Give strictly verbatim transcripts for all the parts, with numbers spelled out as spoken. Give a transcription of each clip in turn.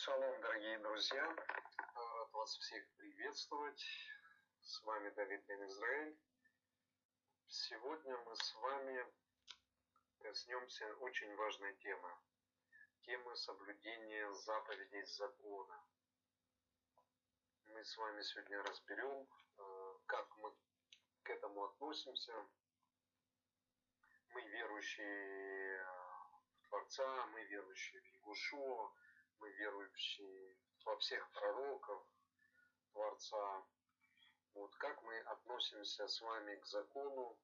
Шалом, дорогие друзья! Рад вас всех приветствовать. С вами Давид бен Израиль. Сегодня мы с вами коснемся очень важной темы. Темы соблюдения заповедей закона. Мы с вами сегодня разберем, как мы к этому относимся. Мы верующие в Творца, мы верующие в Егушуа, мы верующие во всех пророков Творца. Вот как мы относимся с вами к закону,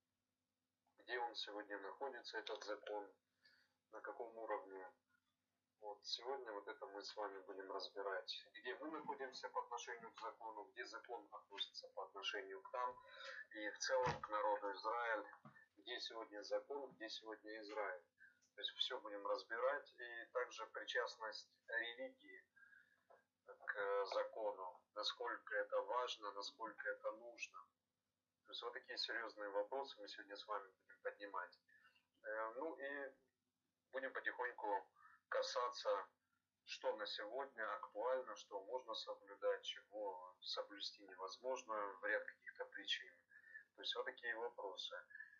где он сегодня находится, этот закон, на каком уровне. Вот сегодня вот это мы с вами будем разбирать, где мы находимся по отношению к закону, где закон относится по отношению к нам и в целом к народу Израиль, где сегодня закон, где сегодня Израиль. То есть все будем разбирать, и также причастность религии к закону, насколько это важно, насколько это нужно. То есть вот такие серьезные вопросы мы сегодня с вами будем поднимать. Ну и будем потихоньку касаться, что на сегодня актуально, что можно соблюдать, чего соблюсти невозможно в ряд каких-то причин. То есть вот такие вопросы.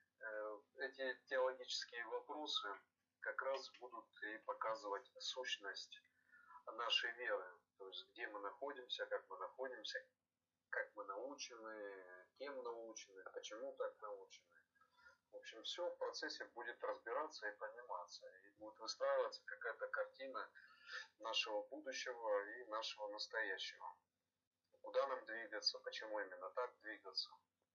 Эти теологические вопросы как раз будут и показывать сущность нашей веры. То есть где мы находимся, как мы находимся, как мы научены, кем научены, почему так научены. В общем, все в процессе будет разбираться и пониматься. И будет выстраиваться какая-то картина нашего будущего и нашего настоящего. Куда нам двигаться, почему именно так двигаться.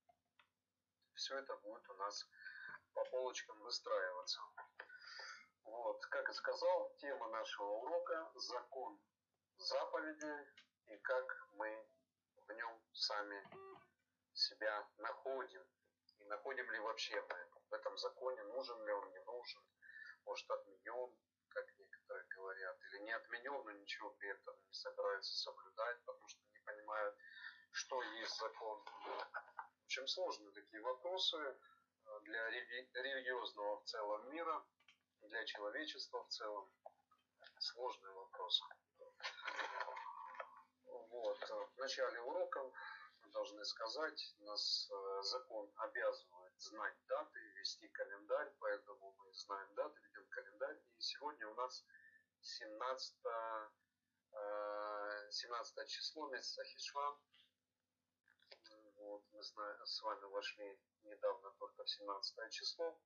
Все это будет у нас по полочкам выстраиваться. Вот, как и сказал, тема нашего урока – закон заповедей и как мы в нем сами себя находим. И находим ли вообще мы в этом законе, нужен ли он, не нужен, может отменен, как некоторые говорят, или не отменен, но ничего при этом не собираются соблюдать, потому что не понимают, что есть закон. В общем, сложные такие вопросы для религиозного в целом мира, для человечества в целом. Сложные вопросы. Вот. В начале уроков мы должны сказать, нас закон обязывает знать даты, вести календарь, поэтому мы знаем даты, ведем календарь. И сегодня у нас семнадцатое, семнадцатое число месяца Хишван. Вот, мы с вами вошли недавно только в семнадцатое число.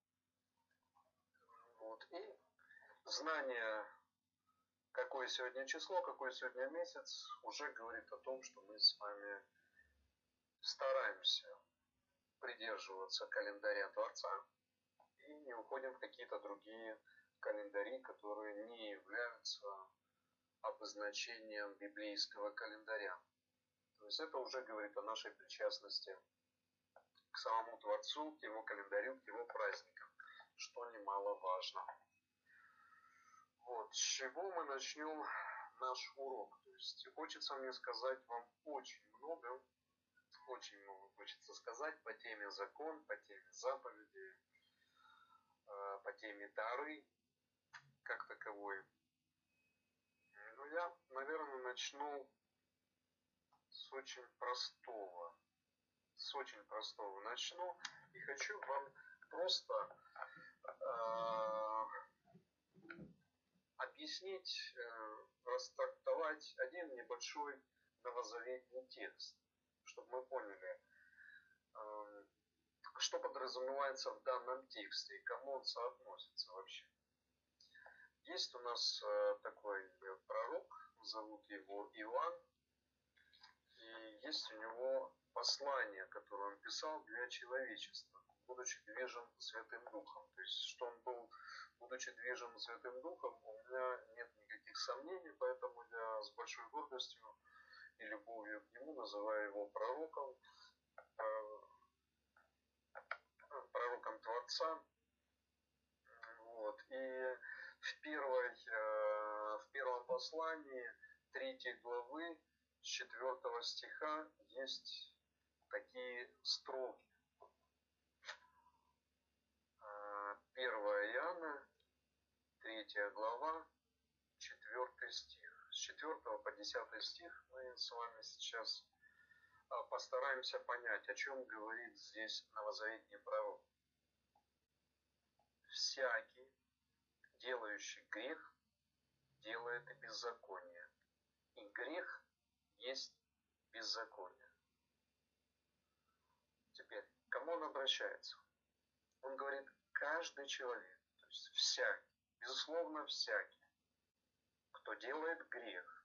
Вот, и знание, какое сегодня число, какой сегодня месяц, уже говорит о том, что мы с вами стараемся придерживаться календаря Творца и не уходим в какие-то другие календари, которые не являются обозначением библейского календаря. То есть это уже говорит о нашей причастности к самому Творцу, к его календарю, к его праздникам, что немаловажно. Вот, с чего мы начнем наш урок? То есть хочется мне сказать вам очень много, очень много хочется сказать по теме закон, по теме заповеди, по теме дары, как таковой. Но я, наверное, начну с очень простого. С очень простого начну. И хочу вам просто э, объяснить, э, растрактовать один небольшой новозаветный текст, чтобы мы поняли, э, что подразумевается в данном тексте и к кому он соотносится вообще. Есть у нас э, такой пророк, зовут его Иоанн, и есть у него послание, которое он писал для человечества, будучи движим Святым Духом. То есть, что он был, будучи движим Святым Духом, у меня нет никаких сомнений, поэтому я с большой гордостью и любовью к нему называю его пророком, пророком Творца. Вот. И в, первой, в первом послании третьей главы с четвёртого стиха есть такие строки. первое Иоанна, третья глава, четвёртый стих. С четвёртого по десятый стих мы с вами сейчас постараемся понять, о чем говорит здесь новозаветний пророк. Всякий, делающий грех, делает и беззаконие. И грех есть беззаконие. Теперь, к кому он обращается? Он говорит, каждый человек, то есть всякий, безусловно всякий, кто делает грех,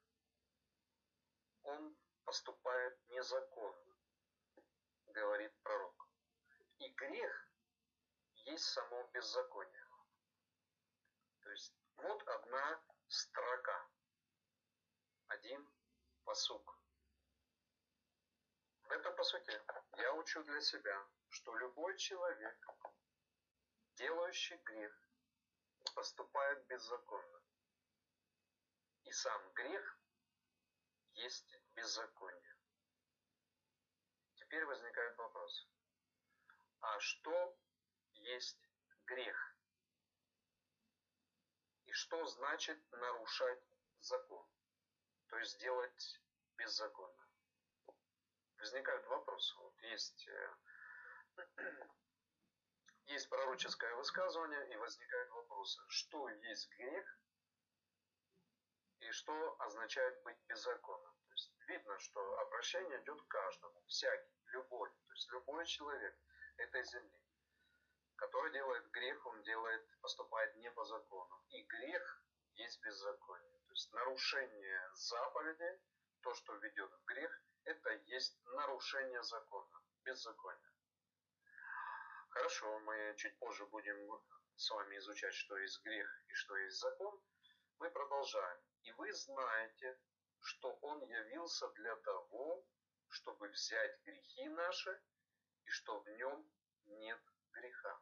он поступает незаконно, говорит пророк. И грех есть само беззаконие. То есть вот одна строка, один пасук. В этом пасуке я учу для себя, что любой человек, делающий грех, поступает беззаконно. И сам грех есть беззаконие. Теперь возникает вопрос. А что есть грех? И что значит нарушать закон? То есть делать беззаконно? Возникают вопросы. Вот есть, есть пророческое высказывание, и возникают вопросы. Что есть грех? И что означает быть беззаконным? То есть видно, что обращение идет к каждому, всякий, любой, то есть любой человек этой земли, который делает грех, он делает, поступает не по закону. И грех есть беззаконие. То есть нарушение заповеди, то, что ведет в грех, это есть нарушение закона, беззаконие. Хорошо, мы чуть позже будем с вами изучать, что есть грех и что есть закон. Мы продолжаем. И вы знаете, что Он явился для того, чтобы взять грехи наши, и что в Нем нет греха.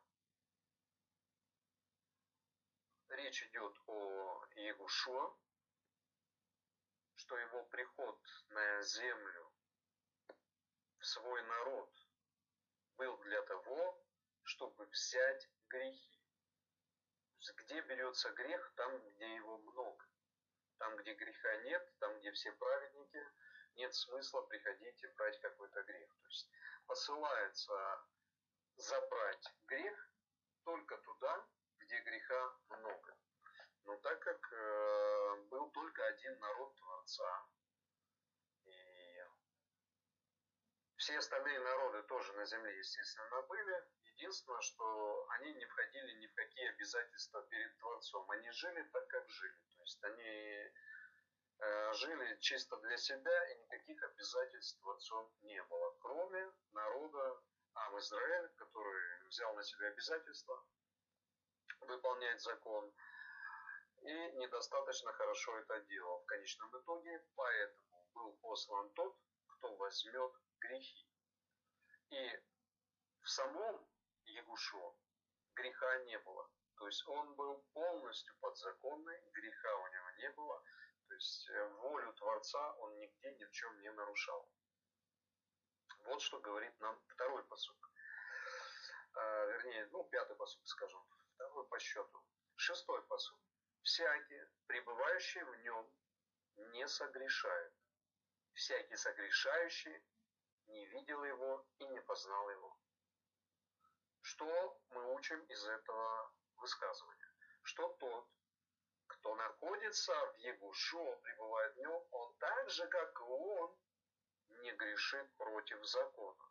Речь идет о Иегушуа, что Его приход на землю, в свой народ, был для того, чтобы взять грехи. Где берется грех? Там, где его много. Там, где греха нет, там, где все праведники, нет смысла приходить и брать какой-то грех. То есть посылается забрать грех только туда, где греха много. Но так как э, был только один народ Творца, и все остальные народы тоже на земле, естественно, были, единственное, что они не входили ни в какие обязательства перед Творцом. Они жили так, как жили. То есть они э, жили чисто для себя, и никаких обязательств Творцом не было. Кроме народа Ам Израиль, который взял на себя обязательства выполнять закон, и недостаточно хорошо это делал в конечном итоге, поэтому был послан тот, кто возьмет грехи. И в самом Иегушуа греха не было. То есть он был полностью подзаконный, греха у него не было. То есть волю Творца он нигде ни в чем не нарушал. Вот что говорит нам второй пасук. А, вернее, ну, пятый пасук, скажем, второй по счету. Шестой пасук. Всякий, пребывающий в нем, не согрешает. Всякий согрешающий не видел его и не познал его. Что мы учим из этого высказывания? Что тот, кто находится в Иегушуа, пребывает в нем, он так же, как и он, не грешит против закона.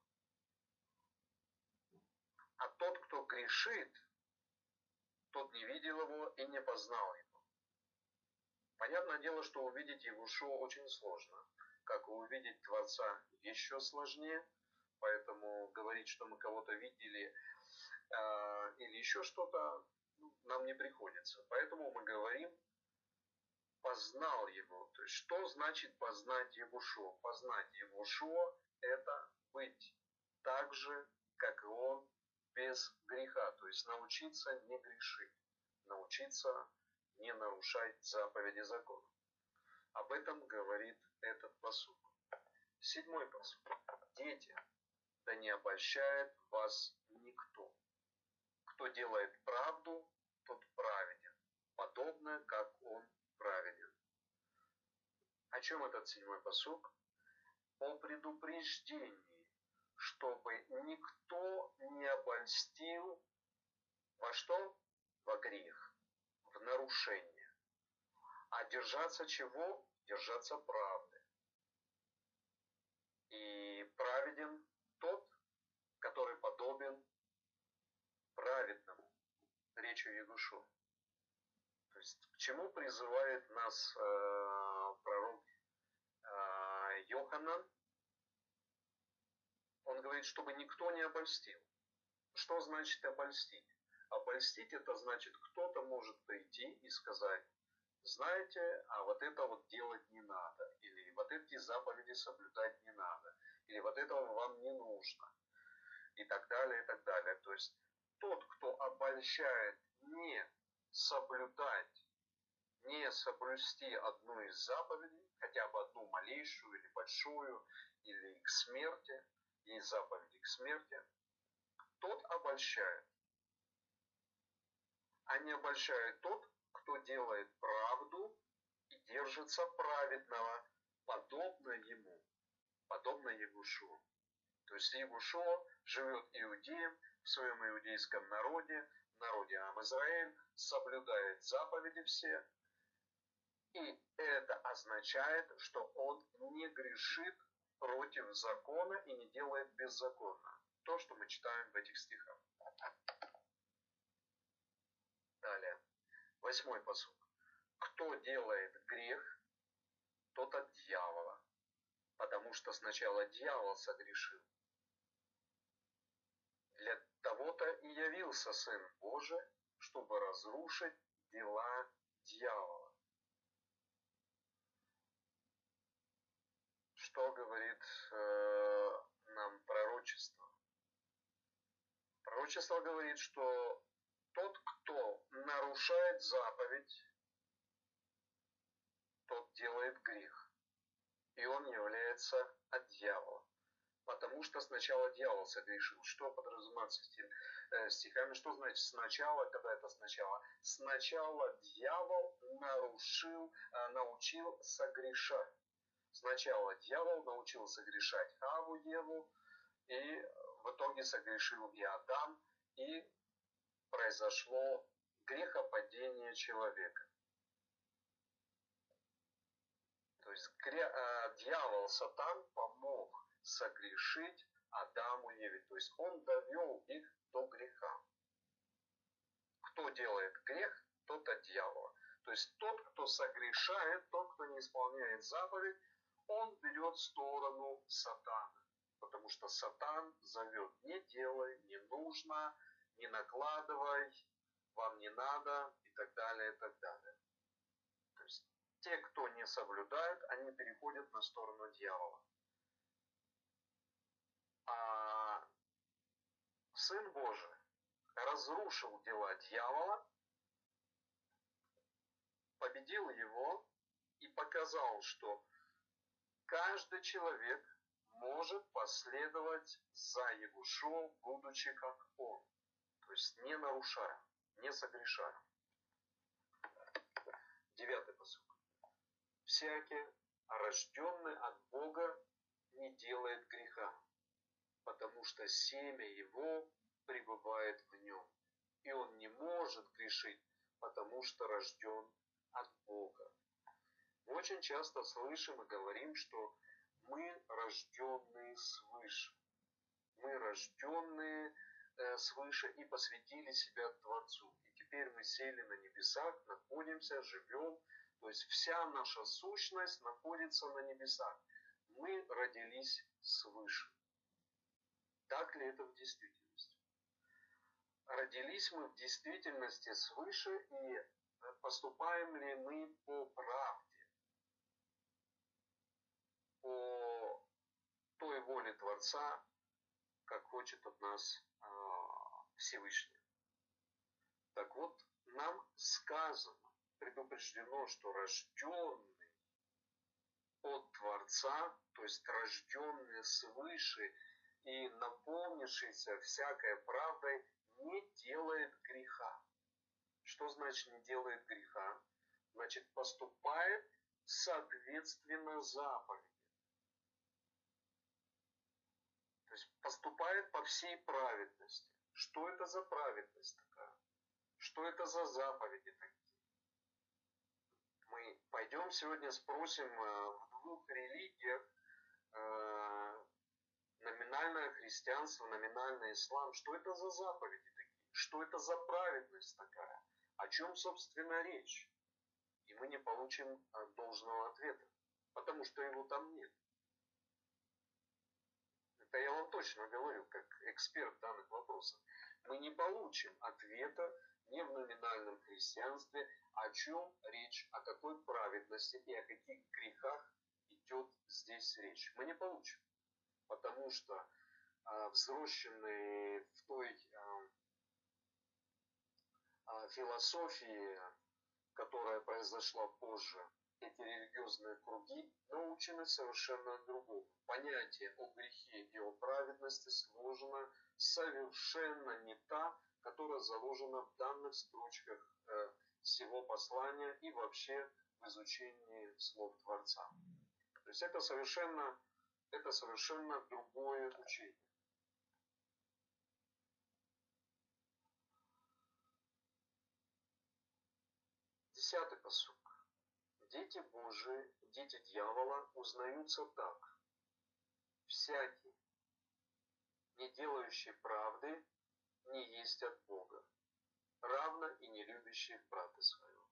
А тот, кто грешит, тот не видел его и не познал его. Понятное дело, что увидеть Иегушуа очень сложно. Как и увидеть Творца еще сложнее. Поэтому говорить, что мы кого-то видели э, или еще что-то, нам не приходится. Поэтому мы говорим, познал его. То есть, что значит познать Иегушуа? Познать Иегушуа – это быть так же, как и он, без греха. То есть, научиться не грешить. Научиться не нарушать заповеди закона. Об этом говорит этот пасук. Седьмой пасук. Дети, да не обольщает вас никто. Кто делает правду, тот праведен, подобно как он праведен. чем этот седьмой пасук? О предупреждении, чтобы никто не обольстил во что? Во грех, в нарушение. А держаться чего? Держаться правды. И праведен тот, который подобен праведному, речью Егушу. То есть к чему призывает нас э, пророк э, Йоханан? Он говорит, чтобы никто не обольстил. Что значит обольстить? Обольстить — это значит, кто-то может прийти и сказать: знаете, а вот это вот делать не надо, или вот эти заповеди соблюдать не надо, или вот этого вам не нужно, и так далее, и так далее. То есть тот, кто обольщает не соблюдать, не соблюсти одну из заповедей, хотя бы одну малейшую или большую, или к смерти, есть заповеди к смерти, тот обольщает. А не обольщает тот, кто делает правду и держится праведного, подобно ему, подобно Егушуа. То есть Егушуа живет иудеем в своем иудейском народе, в народе Ам-Израэль, соблюдает заповеди все, и это означает, что он не грешит против закона и не делает беззаконно. То, что мы читаем в этих стихах. Далее. Восьмой пасук. Кто делает грех, тот от дьявола, потому что сначала дьявол согрешил. Для того-то и явился Сын Божий, чтобы разрушить дела дьявола. Что говорит э, нам пророчество? Пророчество говорит, что тот, кто нарушает заповедь, тот делает грех. И он является от дьявола. Потому что сначала дьявол согрешил. Что подразумевается стихами? Что значит сначала? Когда это сначала? Сначала дьявол нарушил, научил согрешать. Сначала дьявол научил согрешать Хаву, Еву, и в итоге согрешил и Адам, и произошло грехопадение человека. То есть дьявол, Сатан, помог согрешить Адаму и Еве. То есть он довел их до греха. Кто делает грех, тот от дьявола. То есть тот, кто согрешает, тот, кто не исполняет заповедь, он берет сторону Сатана. Потому что Сатан зовет: не делай, не нужно, не накладывай, вам не надо, и так далее, и так далее. То есть те, кто не соблюдают, они переходят на сторону дьявола. А Сын Божий разрушил дела дьявола, победил его и показал, что каждый человек может последовать за Егушуа, будучи как он. То есть не нарушая, не согрешая. Девятый пасук. Всякий, рожденный от Бога, не делает греха, потому что семя его пребывает в нем, и он не может грешить, потому что рожден от Бога. Мы очень часто слышим и говорим, что мы рожденные свыше. Мы рожденные э, свыше и посвятили себя Творцу. И теперь мы сели на небесах, находимся, живем. То есть вся наша сущность находится на небесах. Мы родились свыше. Так ли это в действительности? Родились мы в действительности свыше, и поступаем ли мы по правде, по той воле Творца, как хочет от нас э, Всевышний. Так вот, нам сказано, предупреждено, что рожденный от Творца, то есть рожденный свыше и наполнившийся всякой правдой, не делает греха. Что значит не делает греха? Значит, поступает соответственно заповеди. То есть поступает по всей праведности. Что это за праведность такая? Что это за заповеди такие? Мы пойдем сегодня спросим в двух религиях, номинальное христианство, номинальный ислам, что это за заповеди такие? Что это за праведность такая? О чем, собственно, речь? И мы не получим должного ответа, потому что его там нет. Это я вам точно говорю, как эксперт данных вопросов. Мы не получим ответа ни в номинальном христианстве, о чем речь, о какой праведности и о каких грехах идет здесь речь. Мы не получим, потому что а, взросшенные в той а, а, философии, которая произошла позже, эти религиозные круги научены совершенно другому. Понятие о грехе и о праведности сложено совершенно не та, которая заложена в данных строчках э, всего послания и вообще в изучении слов Творца. То есть это совершенно, это совершенно другое учение. Десятый пасук. Дети Божии, дети дьявола узнаются так. Всякий, не делающий правды, не есть от Бога, равно и не любящий брата своего.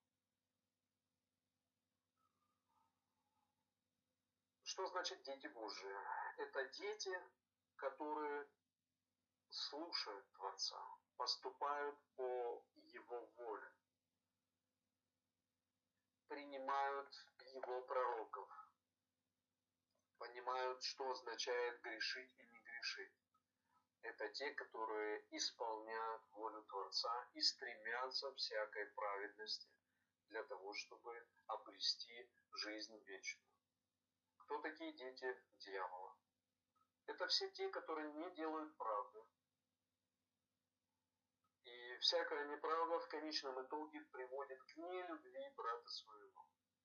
Что значит дети Божии? Это дети, которые слушают Творца, поступают по Его воле, принимают Его пророков, понимают, что означает грешить и не грешить. Это те, которые исполняют волю Творца и стремятся всякой праведности для того, чтобы обрести жизнь вечную. Кто такие дети дьявола? Это все те, которые не делают правды. И всякая неправда в конечном итоге приводит к нелюбви брата своего.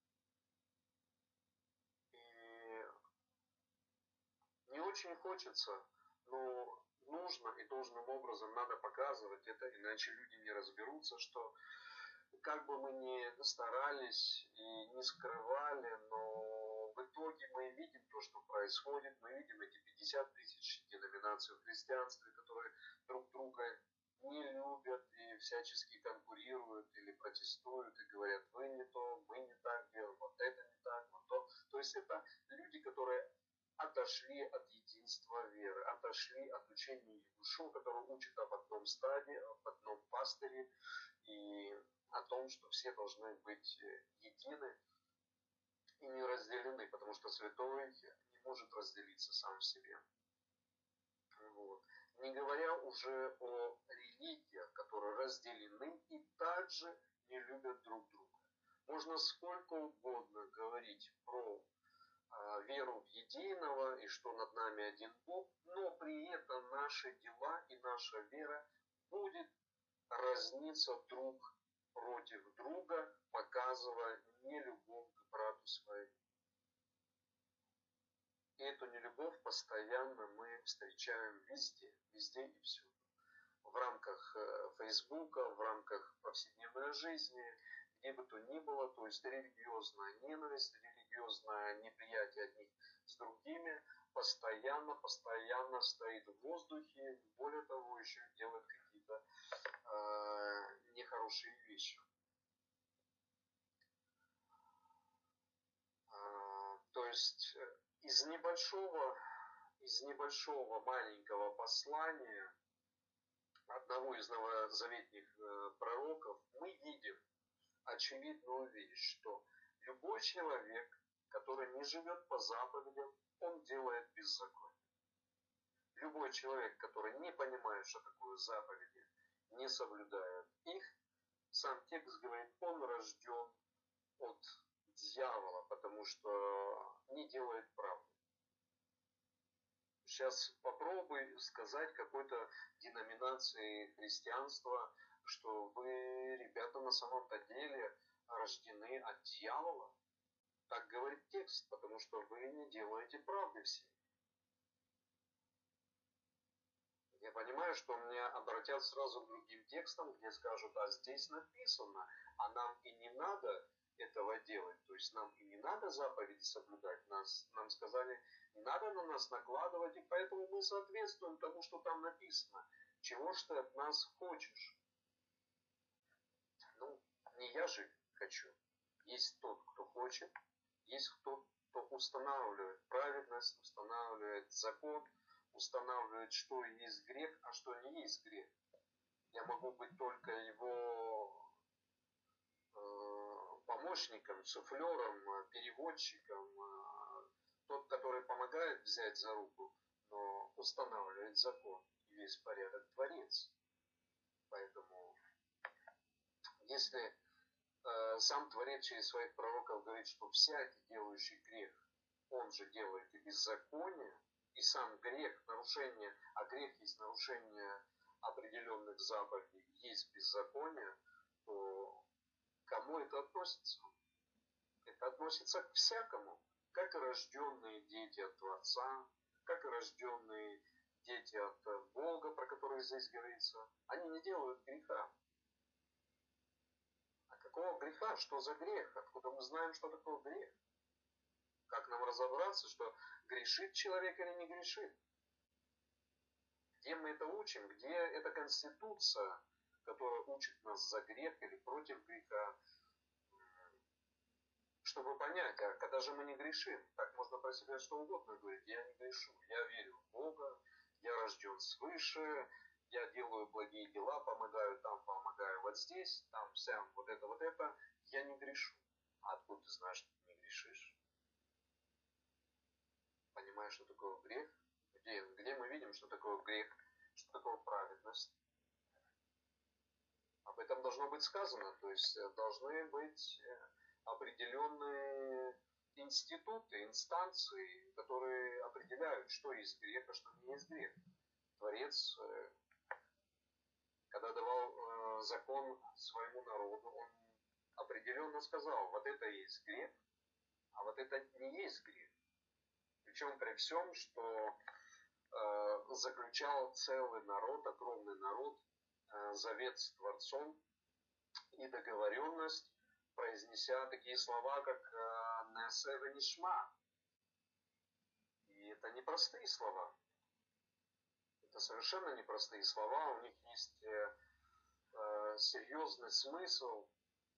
И не очень хочется, но нужно и должным образом надо показывать это, иначе люди не разберутся, что как бы мы ни старались и не скрывали, но в итоге мы видим то, что происходит, мы видим эти пятьдесят тысяч деноминаций в христианстве, которые друг друга не любят и всячески конкурируют или протестуют и говорят, вы не то, мы не так делаем, вот это не так, вот то. То есть это люди, которые отошли от единства веры, отошли от учения Иешуа, который учит об одном стаде, об одном пастыре и о том, что все должны быть едины и не разделены, потому что святой не может разделиться сам в себе. Вот. Не говоря уже о религиях, которые разделены и также не любят друг друга. Можно сколько угодно говорить про а, веру в единого и что над нами один Бог, но при этом наши дела и наша вера будет разниться друг против друга, показывая нелюбовь к брату своему. И эту нелюбовь постоянно мы встречаем везде, везде и всюду. В рамках Фейсбука, в рамках повседневной жизни, где бы то ни было, то есть религиозная ненависть, религиозное неприятие одних с другими постоянно, постоянно стоит в воздухе, более того, еще делает какие-то э, нехорошие вещи. Э, то есть из небольшого, из небольшого маленького послания одного из новозаветных пророков мы видим очевидную вещь, что любой человек, который не живет по заповедям, он делает беззаконие. Любой человек, который не понимает, что такое заповеди, не соблюдает их, сам текст говорит, он рожден от дьявола, потому что не делает правды. Сейчас попробуй сказать какой-то деноминации христианства, что вы, ребята, на самом-то деле рождены от дьявола. Так говорит текст, потому что вы не делаете правды все. Я понимаю, что меня обратят сразу к другим текстам, где скажут, а здесь написано, а нам и не надо этого делать. То есть нам и не надо заповеди соблюдать. Нас, нам сказали, не надо на нас накладывать, и поэтому мы соответствуем тому, что там написано. Чего ж ты от нас хочешь? Ну, не я же хочу. Есть тот, кто хочет, есть тот, кто устанавливает праведность, устанавливает закон, устанавливает, что есть грех, а что не есть грех. Я могу быть только его э, помощником, суфлером, переводчиком, э, тот, который помогает взять за руку, но устанавливает закон и весь порядок творец. Поэтому, если э, сам Творец через своих пророков говорит, что всякий, делающий грех, он же делает и беззаконие, и сам грех, нарушение, а грех есть нарушение определенных заповедей, есть беззаконие, то кому это относится? Это относится к всякому, как и рожденные дети от Творца, как и рожденные дети от Бога, про которых здесь говорится. Они не делают греха. А какого греха? Что за грех? Откуда мы знаем, что такое грех? Как нам разобраться, что грешит человек или не грешит? Где мы это учим? Где эта конституция, которая учит нас за грех или против греха? Чтобы понять, а когда же мы не грешим? Так можно про себя что угодно говорить. Я не грешу, я верю в Бога, я рожден свыше, я делаю благие дела, помогаю там, помогаю вот здесь, там, сям, вот это, вот это. Я не грешу. А откуда ты знаешь, что ты не грешишь? Понимаешь, что такое грех? Где, где мы видим, что такое грех, что такое праведность? Об этом должно быть сказано. То есть должны быть определенные институты, инстанции, которые определяют, что есть грех, а что не есть грех. Творец, когда давал закон своему народу, он определенно сказал, вот это есть грех, а вот это не есть грех. Причем при всем, что э, заключал целый народ, огромный народ, э, завет с Творцом и договоренность, произнеся такие слова, как «Несе венишма». И это непростые слова. Это совершенно непростые слова. У них есть э, э, серьезный смысл.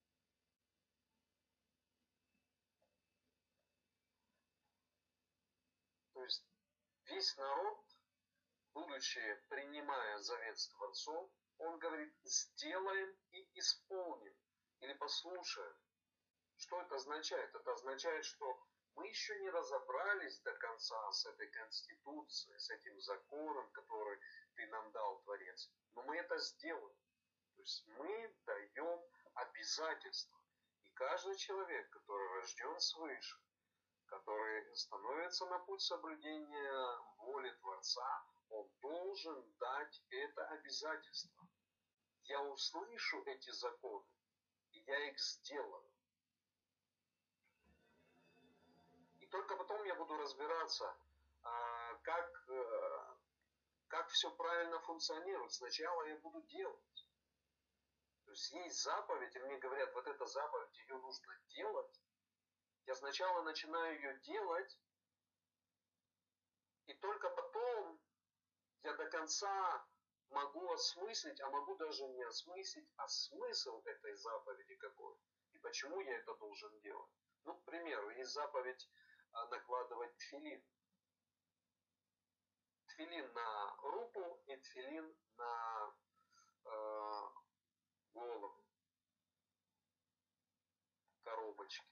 То есть весь народ, будучи принимая завет с Творцом, он говорит, сделаем и исполним, или послушаем. Что это означает? Это означает, что мы еще не разобрались до конца с этой конституцией, с этим законом, который ты нам дал, Творец. Но мы это сделаем. То есть мы даем обязательства. И каждый человек, который рожден свыше, который становится на путь соблюдения воли Творца, он должен дать это обязательство. Я услышу эти законы, и я их сделаю. И только потом я буду разбираться, как, как все правильно функционирует. Сначала я буду делать. То есть есть заповедь, и мне говорят, вот эта заповедь, ее нужно делать. Я сначала начинаю ее делать, и только потом я до конца могу осмыслить, а могу даже не осмыслить, а смысл этой заповеди какой. И почему я это должен делать. Ну, к примеру, есть заповедь накладывать тфилин. Тфилин на руку и тфилин на э, голову. Коробочки.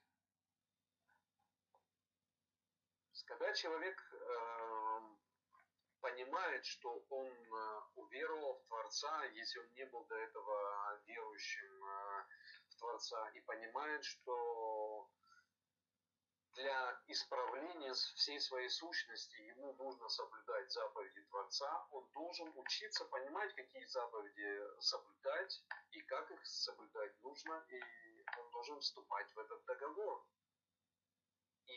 Когда человек э, понимает, что он э, уверовал в Творца, если он не был до этого верующим э, в Творца, и понимает, что для исправления всей своей сущности ему нужно соблюдать заповеди Творца, он должен учиться понимать, какие заповеди соблюдать и как их соблюдать нужно, и он должен вступать в этот договор.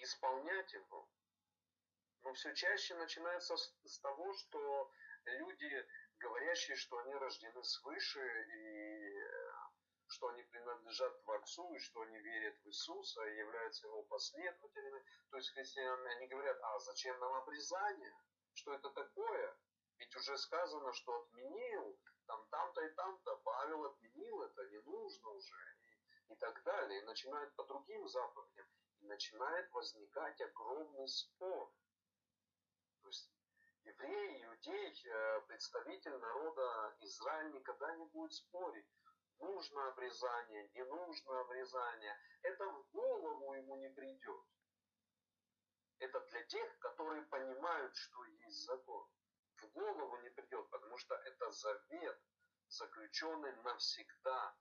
исполнять его. Но все чаще начинается с, с того, что люди, говорящие, что они рождены свыше, и что они принадлежат Творцу, и что они верят в Иисуса, и являются Его последователями. То есть христиане, они говорят, а зачем нам обрезание? Что это такое? Ведь уже сказано, что отменил, там, там-то и там-то, Павел отменил это, не нужно уже, и, и так далее. И начинают по другим заповедям. И начинает возникать огромный спор. То есть еврей, иудей, представитель народа Израиль никогда не будет спорить. Нужно обрезание, не нужно обрезание. Это в голову ему не придет. Это для тех, которые понимают, что есть закон. В голову не придет, потому что это завет, заключенный навсегда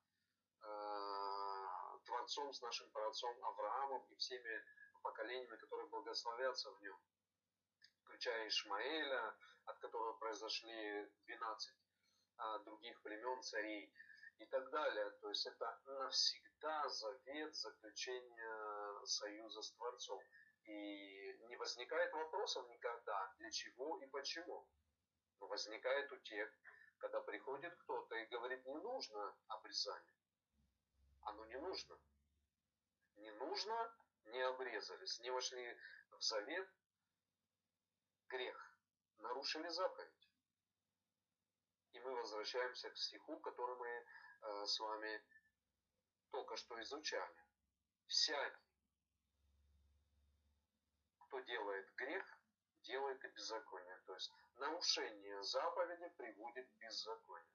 э, Творцом с нашим праотцом Авраамом и всеми поколениями, которые благословятся в нем. Включая Ишмаэля, от которого произошли двенадцать э, других племен царей. И так далее. То есть это навсегда завет заключения союза с Творцом. И не возникает вопросов никогда, для чего и почему. Но возникает у тех, когда приходит кто-то и говорит, не нужно обрезание. Оно не нужно. Не нужно, не обрезались, не вошли в завет, грех. Нарушили заповедь. И мы возвращаемся к стиху, который мы э, с вами только что изучали. Всякий, кто делает грех, делает и беззаконие. То есть нарушение заповеди приводит к беззаконию.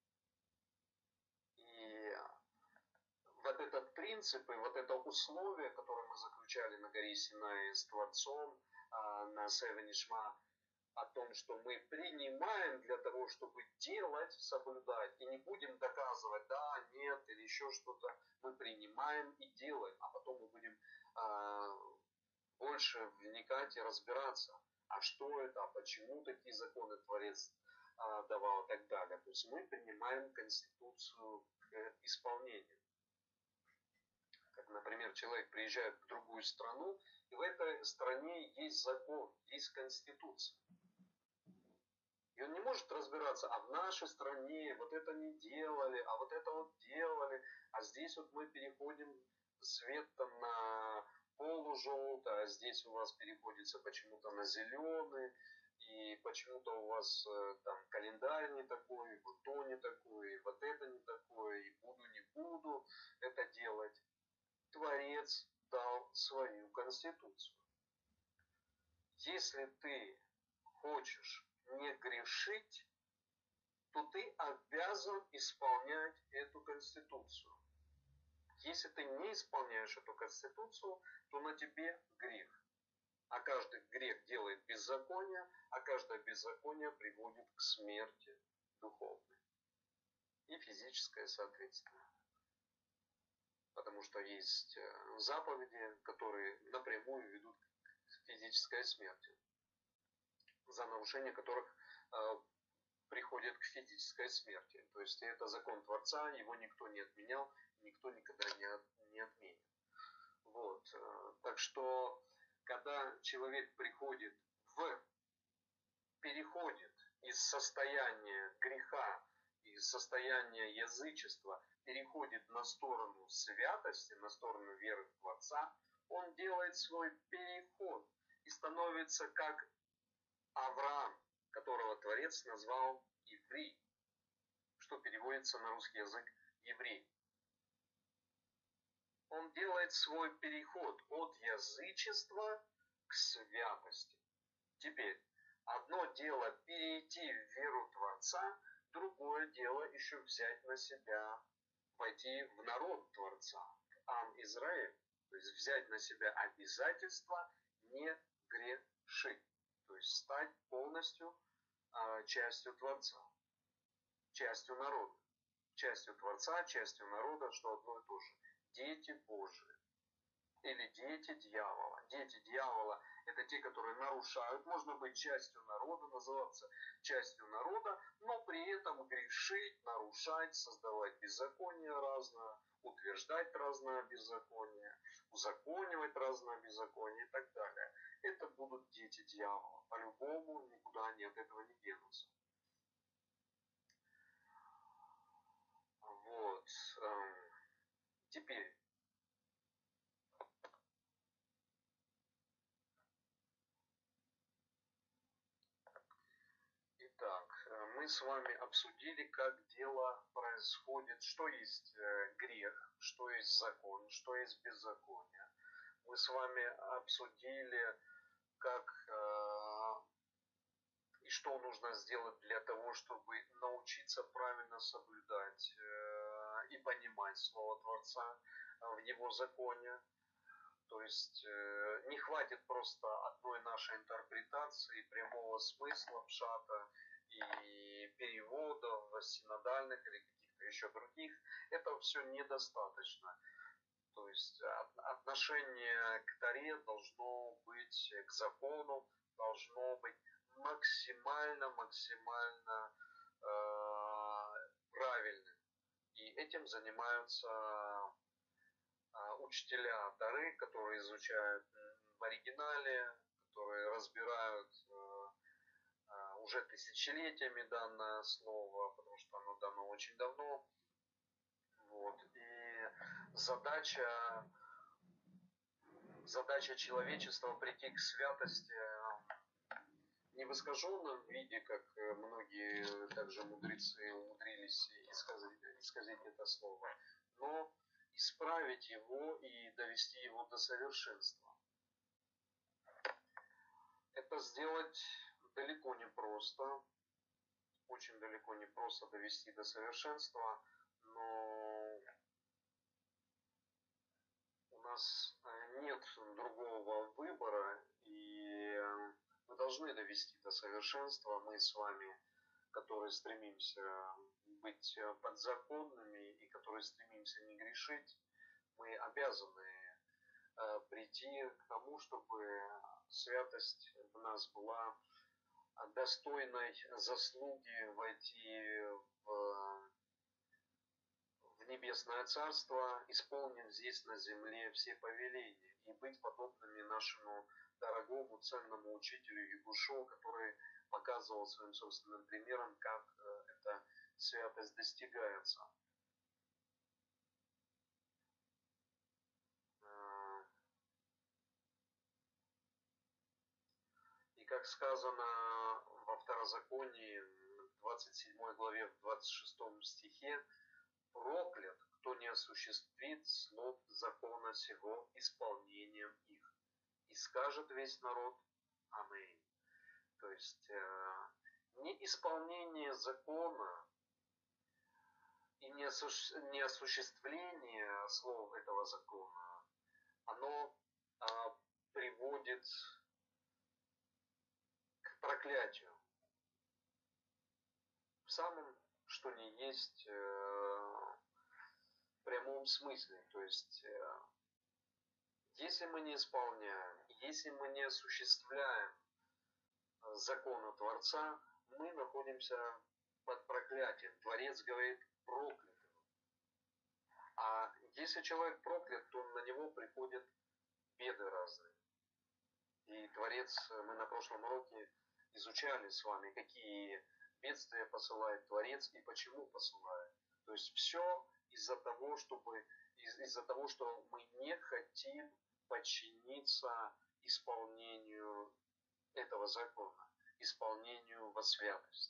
И вот этот принцип и вот это условие, которое мы заключали на горе Синай с Творцом, э, на Севе Нишма, о том, что мы принимаем для того, чтобы делать, соблюдать, и не будем доказывать, да, нет, или еще что-то, мы принимаем и делаем, а потом мы будем э, больше вникать и разбираться, а что это, а почему такие законы Творец э, давал и так далее. То есть мы принимаем Конституцию к исполнению. Как, например, человек приезжает в другую страну, и в этой стране есть закон, есть Конституция. И он не может разбираться, а в нашей стране вот это не делали, а вот это вот делали, а здесь вот мы переходим свет там на полужелтый, а здесь у вас переходится почему-то на зеленый, и почему-то у вас там календарь не такой, вот то не такое, и вот это не такое, и буду, не буду это делать. Творец дал свою Конституцию. Если ты хочешь не грешить, то ты обязан исполнять эту Конституцию. Если ты не исполняешь эту Конституцию, то на тебе грех. А каждый грех делает беззаконие, а каждое беззаконие приводит к смерти духовной. И физической, соответственно. Потому что есть заповеди, которые напрямую ведут к физической смерти, за нарушение которых э, приходит к физической смерти. То есть это закон Творца, его никто не отменял, никто никогда не, от, не отменит. Вот. Так что, когда человек приходит в, переходит из состояния греха, из состояния язычества, переходит на сторону святости, на сторону веры в Творца, он делает свой переход и становится как Авраам, которого Творец назвал еврей, что переводится на русский язык еврей. Он делает свой переход от язычества к святости. Теперь, одно дело перейти в веру Творца, другое дело еще взять на себя, войти в народ Творца, Ам Израиль, то есть взять на себя обязательство не грешить. То есть стать полностью э, частью Творца, частью народа. Частью Творца, частью народа, что одно и то же. Дети Божии. Или дети дьявола. Дети дьявола – это те, которые нарушают. Можно быть частью народа, называться частью народа, но при этом грешить, нарушать, создавать беззаконие разное, утверждать разное беззаконие. узаконивать разное беззаконие и так далее. Это будут дети дьявола. По-любому никуда они от этого не денутся. Вот. Теперь. Итак, мы с вами обсудили, как дело происходит, что есть грех, что есть закон, что есть беззаконие. Мы с вами обсудили, как и что нужно сделать для того, чтобы научиться правильно соблюдать и понимать Слово Творца в Его законе. То есть не хватит просто одной нашей интерпретации, прямого смысла пшата и переводов синодальных или каких-то еще других. Это все недостаточно. То есть отношение к Торе должно быть, к закону должно быть максимально, максимально э, правильным. И этим занимаются учителя Торы, которые изучают в оригинале, которые разбирают уже тысячелетиями данное слово, потому что оно дано очень давно. Вот. И задача, задача человечества прийти к святости не в искаженном виде, как многие также мудрецы умудрились исказить, исказить это слово, но исправить его и довести его до совершенства. Это сделать далеко не просто, очень далеко не просто довести до совершенства, но у нас нет другого выбора, и мы должны довести до совершенства. Мы с вами, которые стремимся быть подзаконными и которые стремимся не грешить, мы обязаны прийти к тому, чтобы святость в нас была достойной заслуги войти в, в небесное царство, исполнив здесь на земле все повеления и быть подобными нашему дорогому, ценному учителю Ягушо, который показывал своим собственным примером, как эта святость достигается. И как сказано во Второзаконии, в двадцать седьмой главе, в двадцать шестом стихе, проклят, кто не осуществит слов закона сего исполнением их. И скажет весь народ Аминь. То есть э, неисполнение закона и неосуществление слов этого закона, оно э, приводит к проклятию. В самом, что ни есть, э, в прямом смысле. То есть, э, если мы не исполняем, если мы не осуществляем закона Творца, мы находимся под проклятием. Творец говорит проклятым. А если человек проклят, то на него приходят беды разные. И Творец, мы на прошлом уроке изучали с вами, какие бедствия посылает Творец и почему посылает. То есть все из-за того, чтобы, из- из-за того, что мы не хотим подчиниться исполнению этого закона, исполнению во святость.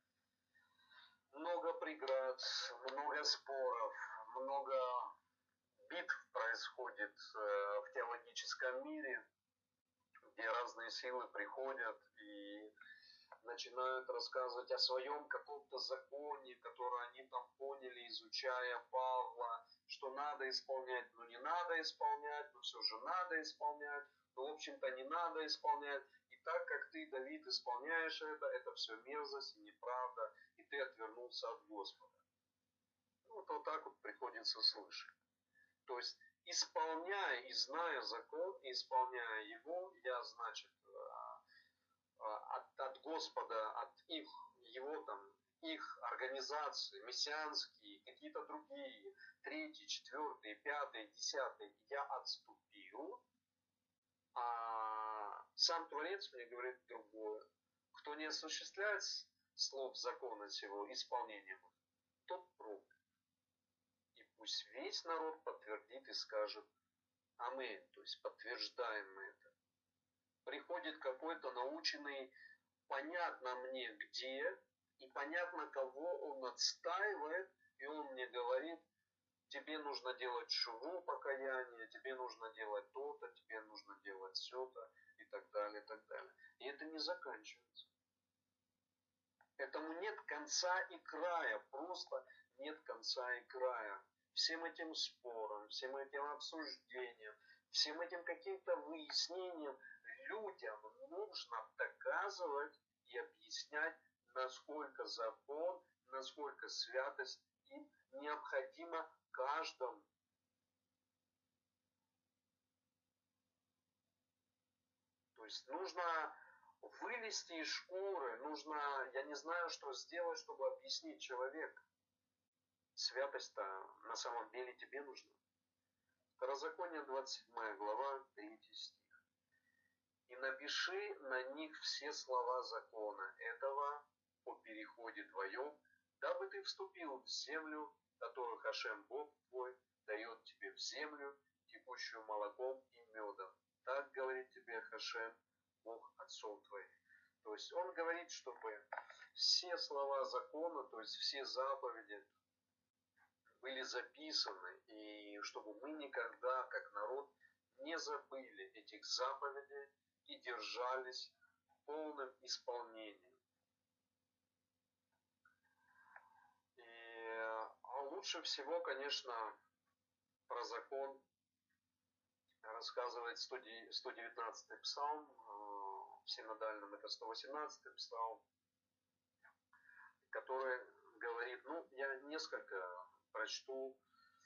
Много преград, много споров, много битв происходит в теологическом мире, где разные силы приходят и начинают рассказывать о своем каком-то законе, который они там поняли, изучая Павла, что надо исполнять, но не надо исполнять, но все же надо исполнять, но в общем-то не надо исполнять. И так как ты, Давид, исполняешь это, это все мерзость и неправда, и ты отвернулся от Господа. Ну, вот, вот так вот приходится слышать. То есть, исполняя и зная закон, и исполняя его, я, значит, от, от Господа, от их, его там их организации, мессианские, какие-то другие, третьи, четвертые, пятые, десятые, я отступил, а сам Творец мне говорит другое. Кто не осуществляет слов закона сего исполнением, тот проклят. И пусть весь народ подтвердит и скажет аминь, то есть подтверждаем мы это. Приходит какой-то наученный, понятно мне где, и понятно кого он отстаивает, и он мне говорит, тебе нужно делать шуву покаяние, тебе нужно делать то-то, тебе нужно делать все-то, и так далее, и так далее. И это не заканчивается. Этому нет конца и края, просто нет конца и края. Всем этим спорам, всем этим обсуждениям, всем этим каким-то выяснениям людям нужно доказывать и объяснять, насколько закон, насколько святость им необходима каждому. То есть нужно вылезти из шкуры, нужно, я не знаю, что сделать, чтобы объяснить человеку. Святость-то на самом деле тебе нужна. Второзаконие, двадцать седьмая глава, третий стих. «И напиши на них все слова закона этого по переходе твоем, дабы ты вступил в землю, которую Хашем Бог твой дает тебе в землю, текущую молоком и медом. Так говорит тебе Хашем, Бог отцов твоих». То есть он говорит, чтобы все слова закона, то есть все заповеди были записаны, и чтобы мы никогда, как народ, не забыли этих заповедей и держались в полном исполнении. И лучше всего, конечно, про закон рассказывает сто девятнадцатый псалм, в синодальном это сто восемнадцатый псалм, который говорит, ну, я несколько прочту,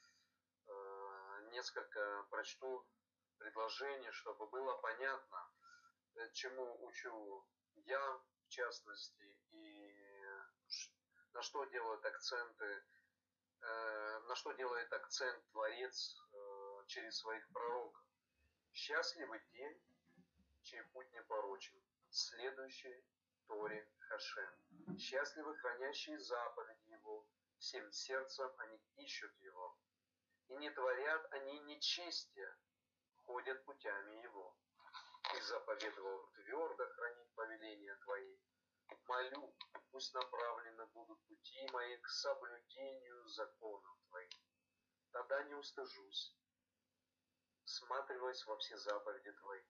несколько прочту предложений, чтобы было понятно, чему учу я, в частности, и на что делают акценты, на что делает акцент Творец через своих пророков. Счастливый день, чей путь не порочен, следующий Торе Хашем. Счастливы хранящие заповеди Его, всем сердцем они ищут Его. И не творят они нечестия, ходят путями Его. И заповедовал твердо хранить повеления Твои. Молю, пусть направлены будут пути мои к соблюдению законов Твоих. Тогда не устыжусь, всматриваясь во все заповеди Твои.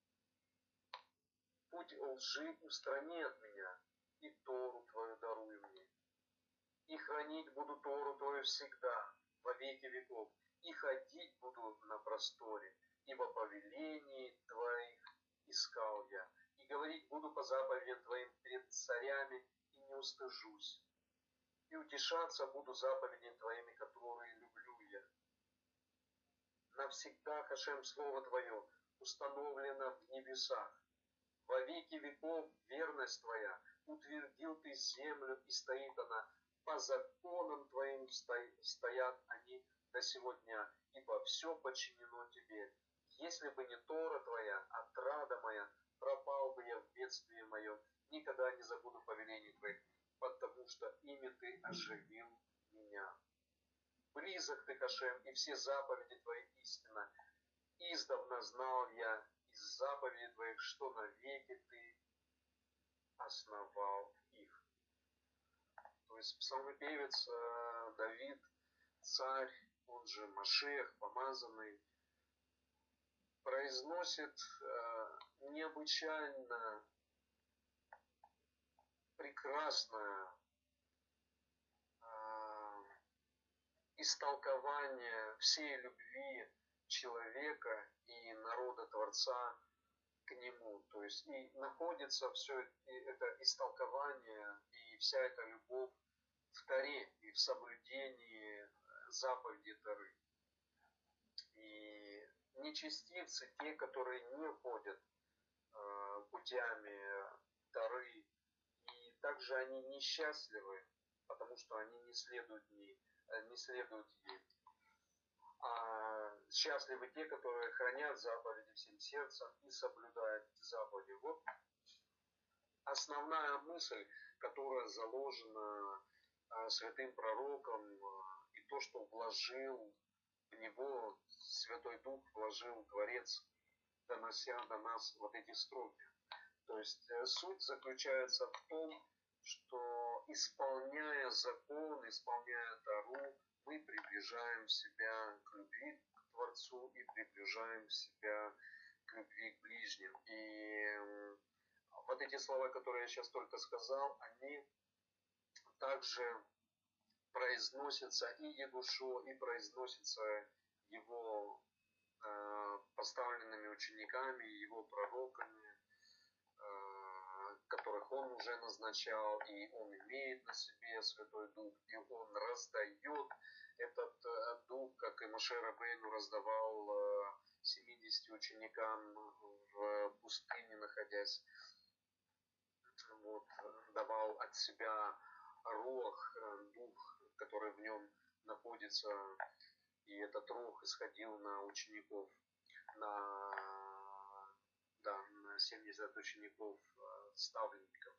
Путь лжи устрани от меня, и Тору Твою даруй мне. И хранить буду Тору Твою всегда, во веки веков, и ходить буду на просторе, ибо повелений Твоих искал я, и говорить буду по заповедям Твоим пред царями, и не устыжусь, и утешаться буду заповедями Твоими, которые люблю я. Навсегда, Хашем, Слово Твое установлено в небесах. Во веки веков верность Твоя, утвердил Ты землю, и стоит она. По законам Твоим стоят они до сего дня, ибо все подчинено Тебе. Если бы не Тора Твоя, отрада моя, пропал бы я в бедствии моем. Никогда не забуду повелений Твоих, потому что ими Ты оживил меня. Близок Ты, Хашем, и все заповеди Твои истина. Издавна знал я из заповедей Твоих, что навеки Ты основал их. То есть псалмопевец Давид, царь, он же Машиах, помазанный, произносит необычайно прекрасное истолкование всей любви человека и народа Творца к нему. То есть и находится все это истолкование и вся эта любовь в Торе и в соблюдении заповедей Торы. И нечестивцы, те, которые не ходят э, путями Торы и также они несчастливы, потому что они не следуют, не, не следуют ей. А счастливы те, которые хранят заповеди всем сердцем и соблюдают заповеди. Вот основная мысль, которая заложена а, святым пророком, а, и то, что вложил в него Святой Дух, вложил Творец, донося до нас вот эти строки. То есть суть заключается в том, что исполняя закон, исполняя Тору, мы приближаем себя к любви к Творцу и приближаем себя к любви к ближним. И вот эти слова, которые я сейчас только сказал, они также произносятся и Егушо, и произносятся его э, поставленными учениками, его пророками, э, которых он уже назначал, и он имеет на себе Святой Дух, и он раздает этот э, Дух, как и Моше Рабейну раздавал э, семидесяти ученикам в пустыне, находясь. Вот, давал от себя руах, дух, который в нем находится, и этот рух исходил на учеников, на, да, на семьдесят учеников, ставленников.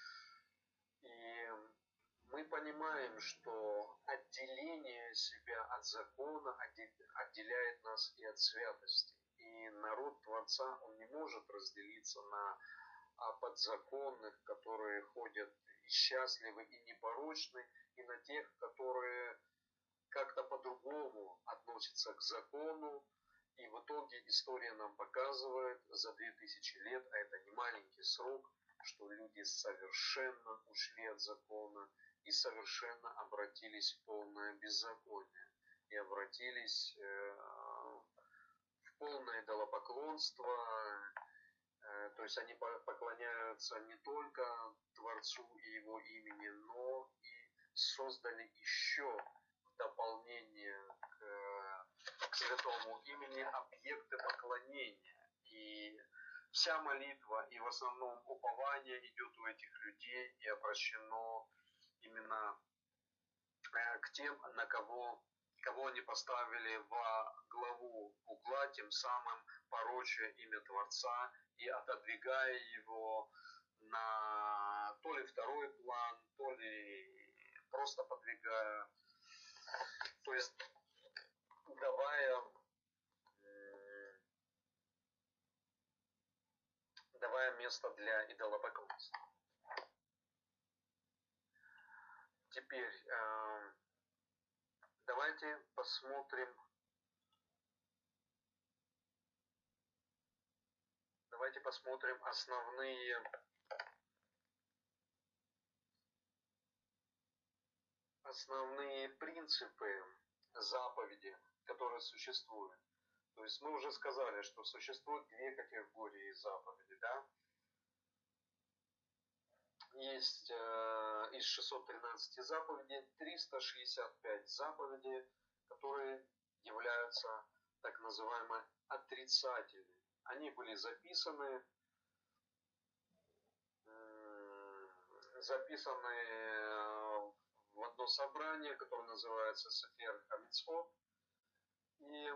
И мы понимаем, что отделение себя от закона отделяет нас и от святости. И народ Творца, он не может разделиться на а подзаконных, которые ходят и счастливы, и непорочны, и на тех, которые как-то по-другому относятся к закону. И в итоге история нам показывает за две тысячи лет, а это не маленький срок, что люди совершенно ушли от закона и совершенно обратились в полное беззаконие. И обратились в полное идолопоклонство. То есть они поклоняются не только Творцу и Его имени, но и создали еще в дополнение к, к святому имени объекты поклонения. И вся молитва и в основном упование идет у этих людей и обращено именно к тем, на кого, кого они поставили во главу угла, тем самым пороча имя Творца и отодвигая его на то ли второй план, то ли просто подвигая, то есть давая, давая место для идолопоклонства. Теперь давайте посмотрим. Давайте посмотрим основные основные принципы заповеди, которые существуют. То есть мы уже сказали, что существует две категории заповедей, да? Есть э, из шестисот тринадцати заповедей триста шестьдесят пять заповедей, которые являются так называемой отрицательными. Они были записаны, записаны в одно собрание, которое называется Сефер Хамицхот. И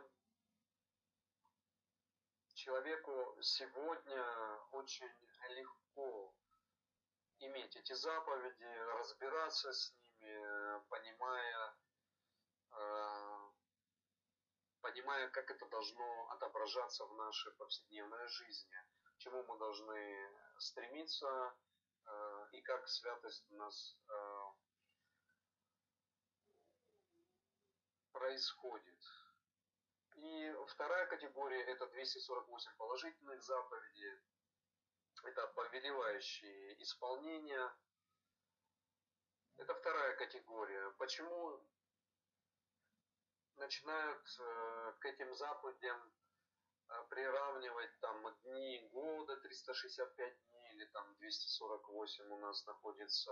человеку сегодня очень легко иметь эти заповеди, разбираться с ними, понимая, понимая, как это должно отображаться в нашей повседневной жизни, к чему мы должны стремиться и как святость у нас происходит. И вторая категория – это двести сорок восемь положительных заповедей. Это повелевающие исполнения. Это вторая категория. Почему начинают к этим заповедям приравнивать там дни года, триста шестьдесят пять дней, или там двести сорок восемь у нас находится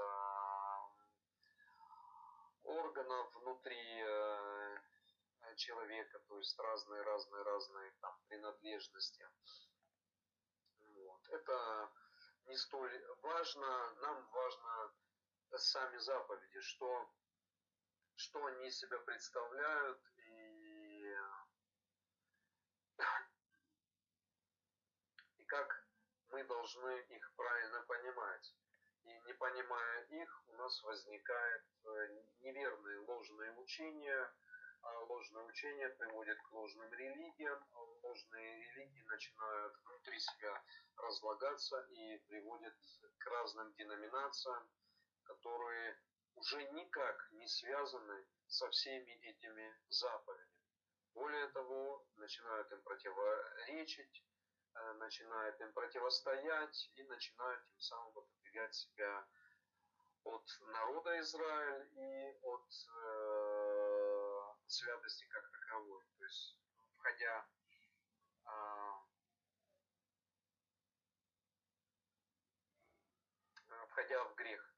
органов внутри человека, то есть разные, разные, разные там принадлежности. Вот. Это не столь важно, нам важно сами заповеди, что, что они из себя представляют и, и как мы должны их правильно понимать. И не понимая их, у нас возникает неверные ложные учения, а ложные учения приводят к ложным религиям, а ложные религии начинают внутри себя разлагаться и приводят к разным деноминациям, которые уже никак не связаны со всеми этими заповедями. Более того, начинают им противоречить, начинают им противостоять и начинают тем самым отодвигать себя от народа Израиль и от э, святости как таковой. То есть, входя, э, входя в грех.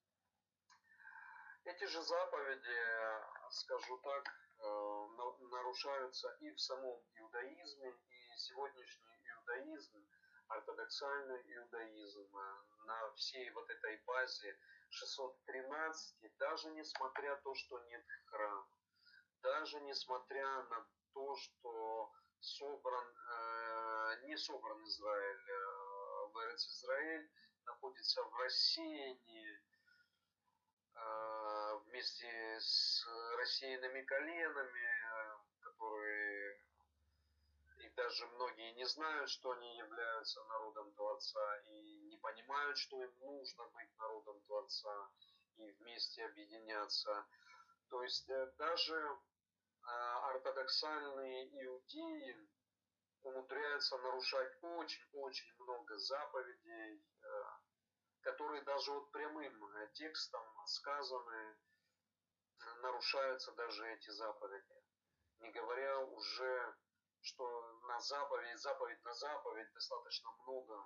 Эти же заповеди, скажу так, э, нарушаются и в самом иудаизме, и сегодняшний иудаизм, ортодоксальный иудаизм на всей вот этой базе шестьсот тринадцать, даже несмотря на то, что нет храма, даже несмотря на то, что собран, э, не собран Израиль, э, в Эрец-Израиль, находится в рассеянии, э, вместе с рассеянными коленами, э, которые и даже многие не знают, что они являются народом Творца, и не понимают, что им нужно быть народом Творца, и вместе объединяться. То есть даже ортодоксальные иудеи умудряются нарушать очень-очень много заповедей, которые даже вот прямым текстом сказаны, нарушаются даже эти заповеди. Не говоря уже, что на заповедь, заповедь на заповедь достаточно много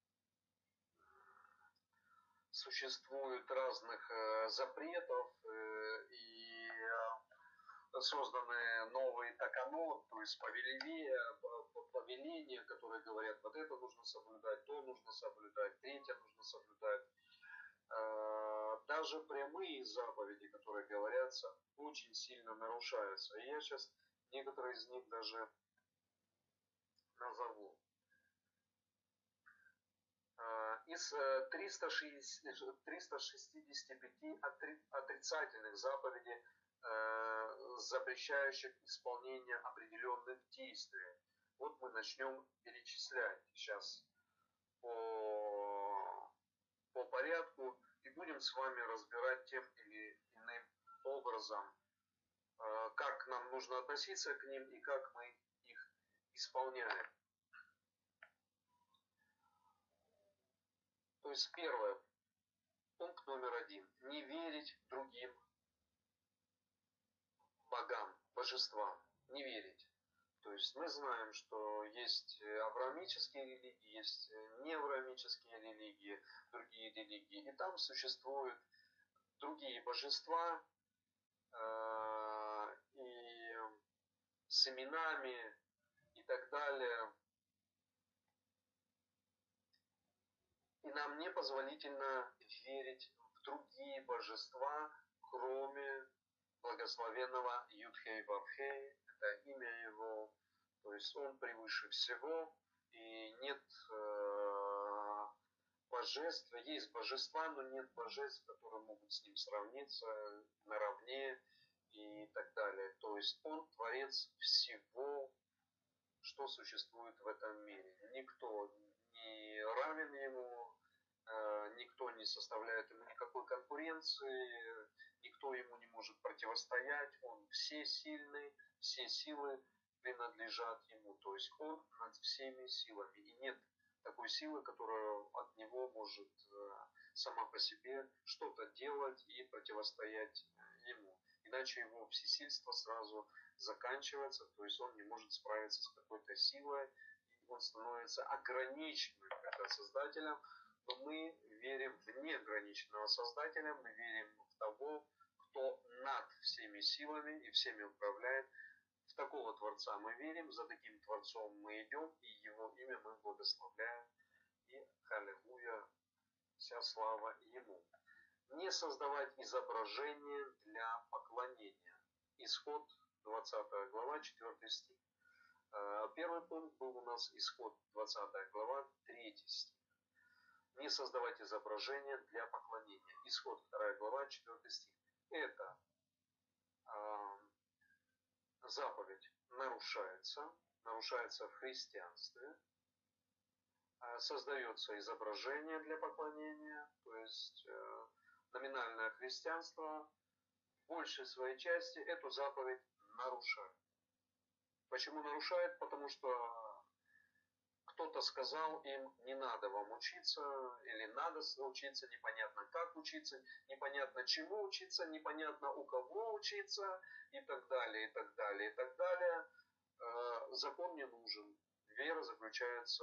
существует разных запретов, и созданы новые таканот, то есть повеления, повеления, которые говорят, вот это нужно соблюдать, то нужно соблюдать, третье нужно соблюдать. Даже прямые заповеди, которые говорятся, очень сильно нарушаются. И я сейчас некоторые из них даже назову. Из триста шестидесяти пяти отрицательных заповедей, запрещающих исполнение определенных действий. Вот мы начнем перечислять сейчас по, по порядку и будем с вами разбирать тем или иным образом, как нам нужно относиться к ним и как мы их исполняем. То есть первое, пункт номер один, не верить другим богам, божествам, не верить. То есть мы знаем, что есть авраамические религии, есть неавраамические религии, другие религии, и там существуют другие божества э, и с именами и так далее. И нам не позволительно верить в другие божества, кроме благословенного Юдхей Вавхей, это имя его, то есть он превыше всего, и нет э, божеств, есть божества, но нет божеств, которые могут с ним сравниться наравне и так далее. То есть он творец всего, что существует в этом мире. Никто не равен ему, никто не составляет ему никакой конкуренции, никто ему не может противостоять, он всесильный, все силы принадлежат ему, то есть он над всеми силами, и нет такой силы, которая от него может сама по себе что-то делать и противостоять ему, иначе его всесильство сразу заканчивается, то есть он не может справиться с какой-то силой, и он становится ограниченным как Создателем. Но мы верим в неограниченного Создателя, мы верим в того, кто над всеми силами и всеми управляет. В такого Творца мы верим, за таким Творцом мы идем, и Его имя мы благословляем и аллилуйя, вся слава Ему. Не создавать изображение для поклонения. Исход двадцатая глава, четвёртый стих. Первый пункт был у нас Исход двадцатая глава, третий стих. Не создавать изображение для поклонения. Исход вторая глава, четвёртый стих. Это э, заповедь нарушается, нарушается в христианстве. Создается изображение для поклонения, то есть э, номинальное христианство в большей своей части эту заповедь нарушает. Почему нарушает? Потому что кто-то сказал им, не надо вам учиться, или надо учиться, непонятно как учиться, непонятно чему учиться, непонятно у кого учиться, и так далее, и так далее, и так далее. Э, закон не нужен. Вера заключается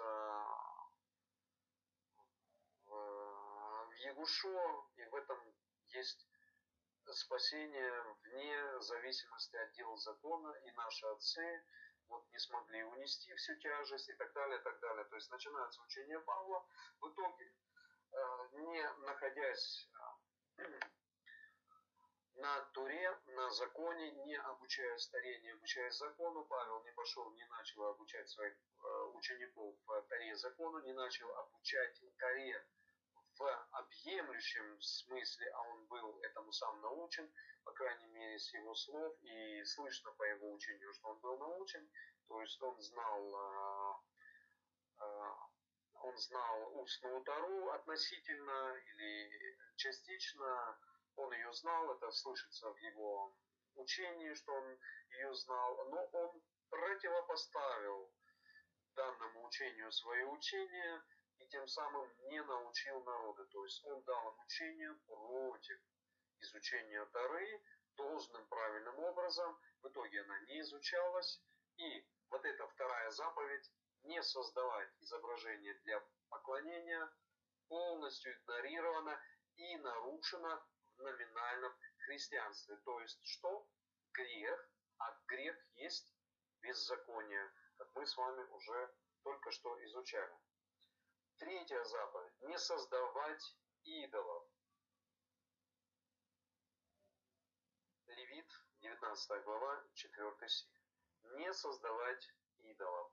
в Егушо, и в этом есть спасение вне зависимости от дел закона, и наши отцы вот не смогли унести всю тяжесть, и так далее, и так далее. То есть начинается учение Павла. В итоге, не находясь на Туре, на законе, не обучая Торе, не обучаясь закону, Павел не пошел, не начал обучать своих учеников Торе закону, не начал обучать Торе в объемлющем смысле, а он был этому сам научен, по крайней мере, с его слов, и слышно по его учению, что он был научен, то есть он знал, он знал устную Тору относительно или частично, он ее знал, это слышится в его учении, что он ее знал, но он противопоставил данному учению свое учение, и тем самым не научил народа. То есть он дал им учение против изучения Торы должным правильным образом. В итоге она не изучалась. И вот эта вторая заповедь, не создавать изображение для поклонения, полностью игнорирована и нарушена в номинальном христианстве. То есть что? Грех. А грех есть беззаконие, как мы с вами уже только что изучали. Третья заповедь. Не создавать идолов. Левит, девятнадцатая глава, четвёртый стих. Не создавать идолов.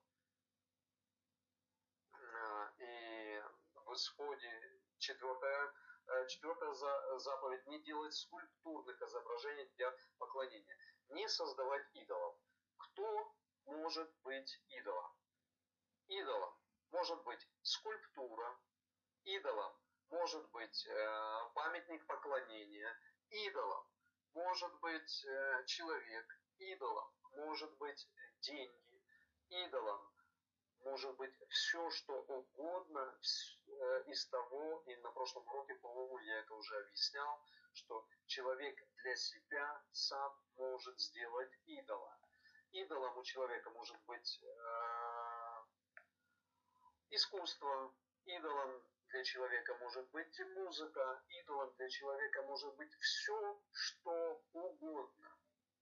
И в Исходе четвёртая, четвёртая заповедь. Не делать скульптурных изображений для поклонения. Не создавать идолов. Кто может быть идолом? Идолом может быть скульптура, идолом может быть э, памятник поклонения, идолом может быть э, человек, идолом может быть деньги, идолом может быть все, что угодно э, из того, и на прошлом уроке, по-моему, я это уже объяснял, что человек для себя сам может сделать идола. Идолом у человека может быть э, искусство, идолом для человека может быть музыка, идолом для человека может быть все, что угодно,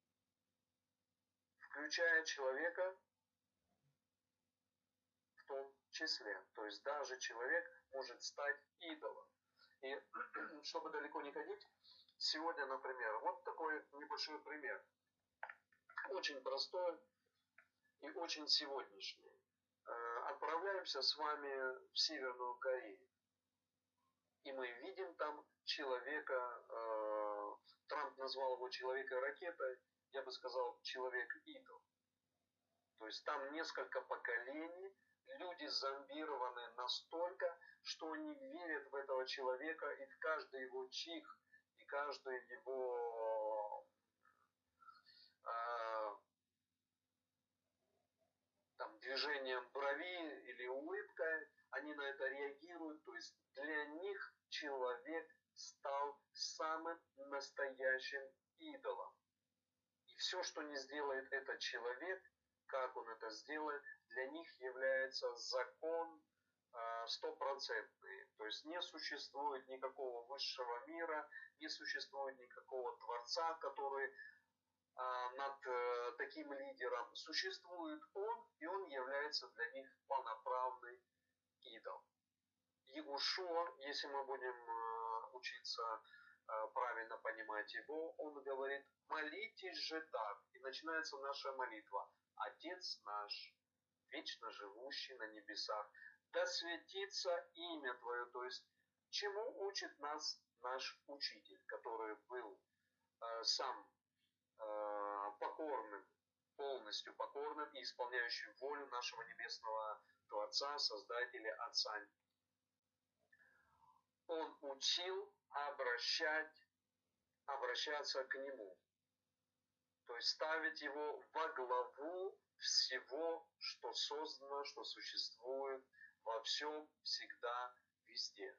включая человека в том числе. То есть даже человек может стать идолом. И чтобы далеко не ходить, сегодня, например, вот такой небольшой пример. Очень простой и очень сегодняшний. Отправляемся с вами в Северную Корею. И мы видим там человека, э, Трамп назвал его человека-ракетой, я бы сказал, человек-идол. То есть там несколько поколений, люди зомбированы настолько, что они верят в этого человека, и в каждый его чих, и каждый его э, там, движением брови или улыбкой, они на это реагируют. То есть для них человек стал самым настоящим идолом. И все, что не сделает этот человек, как он это сделает, для них является закон стопроцентный. То есть не существует никакого высшего мира, не существует никакого Творца, который над э, таким лидером. Существует он, и он является для них полноправный идол. Ягушо, если мы будем учиться правильно понимать его, он говорит: молитесь же так. И начинается наша молитва: Отец наш, вечно живущий на небесах, да светится имя Твое. То есть, чему учит нас наш учитель, который был э, сам э, покорным, полностью покорным и исполняющим волю нашего небесного Творца, Создателя, Отца. Он учил обращать, обращаться к Нему. То есть ставить Его во главу всего, что создано, что существует, во всем, всегда, везде.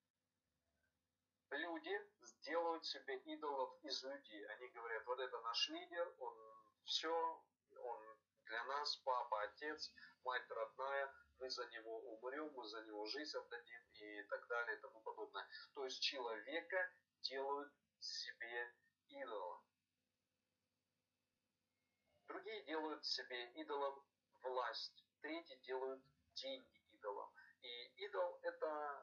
Люди делают себе идолов из людей. Они говорят: вот это наш лидер, он все, он для нас папа, отец, мать родная, мы за него умрем, мы за него жизнь отдадим и так далее и тому подобное. То есть человека делают себе идолом. Другие делают себе идолом власть, третьи делают деньги идолом. И идол — это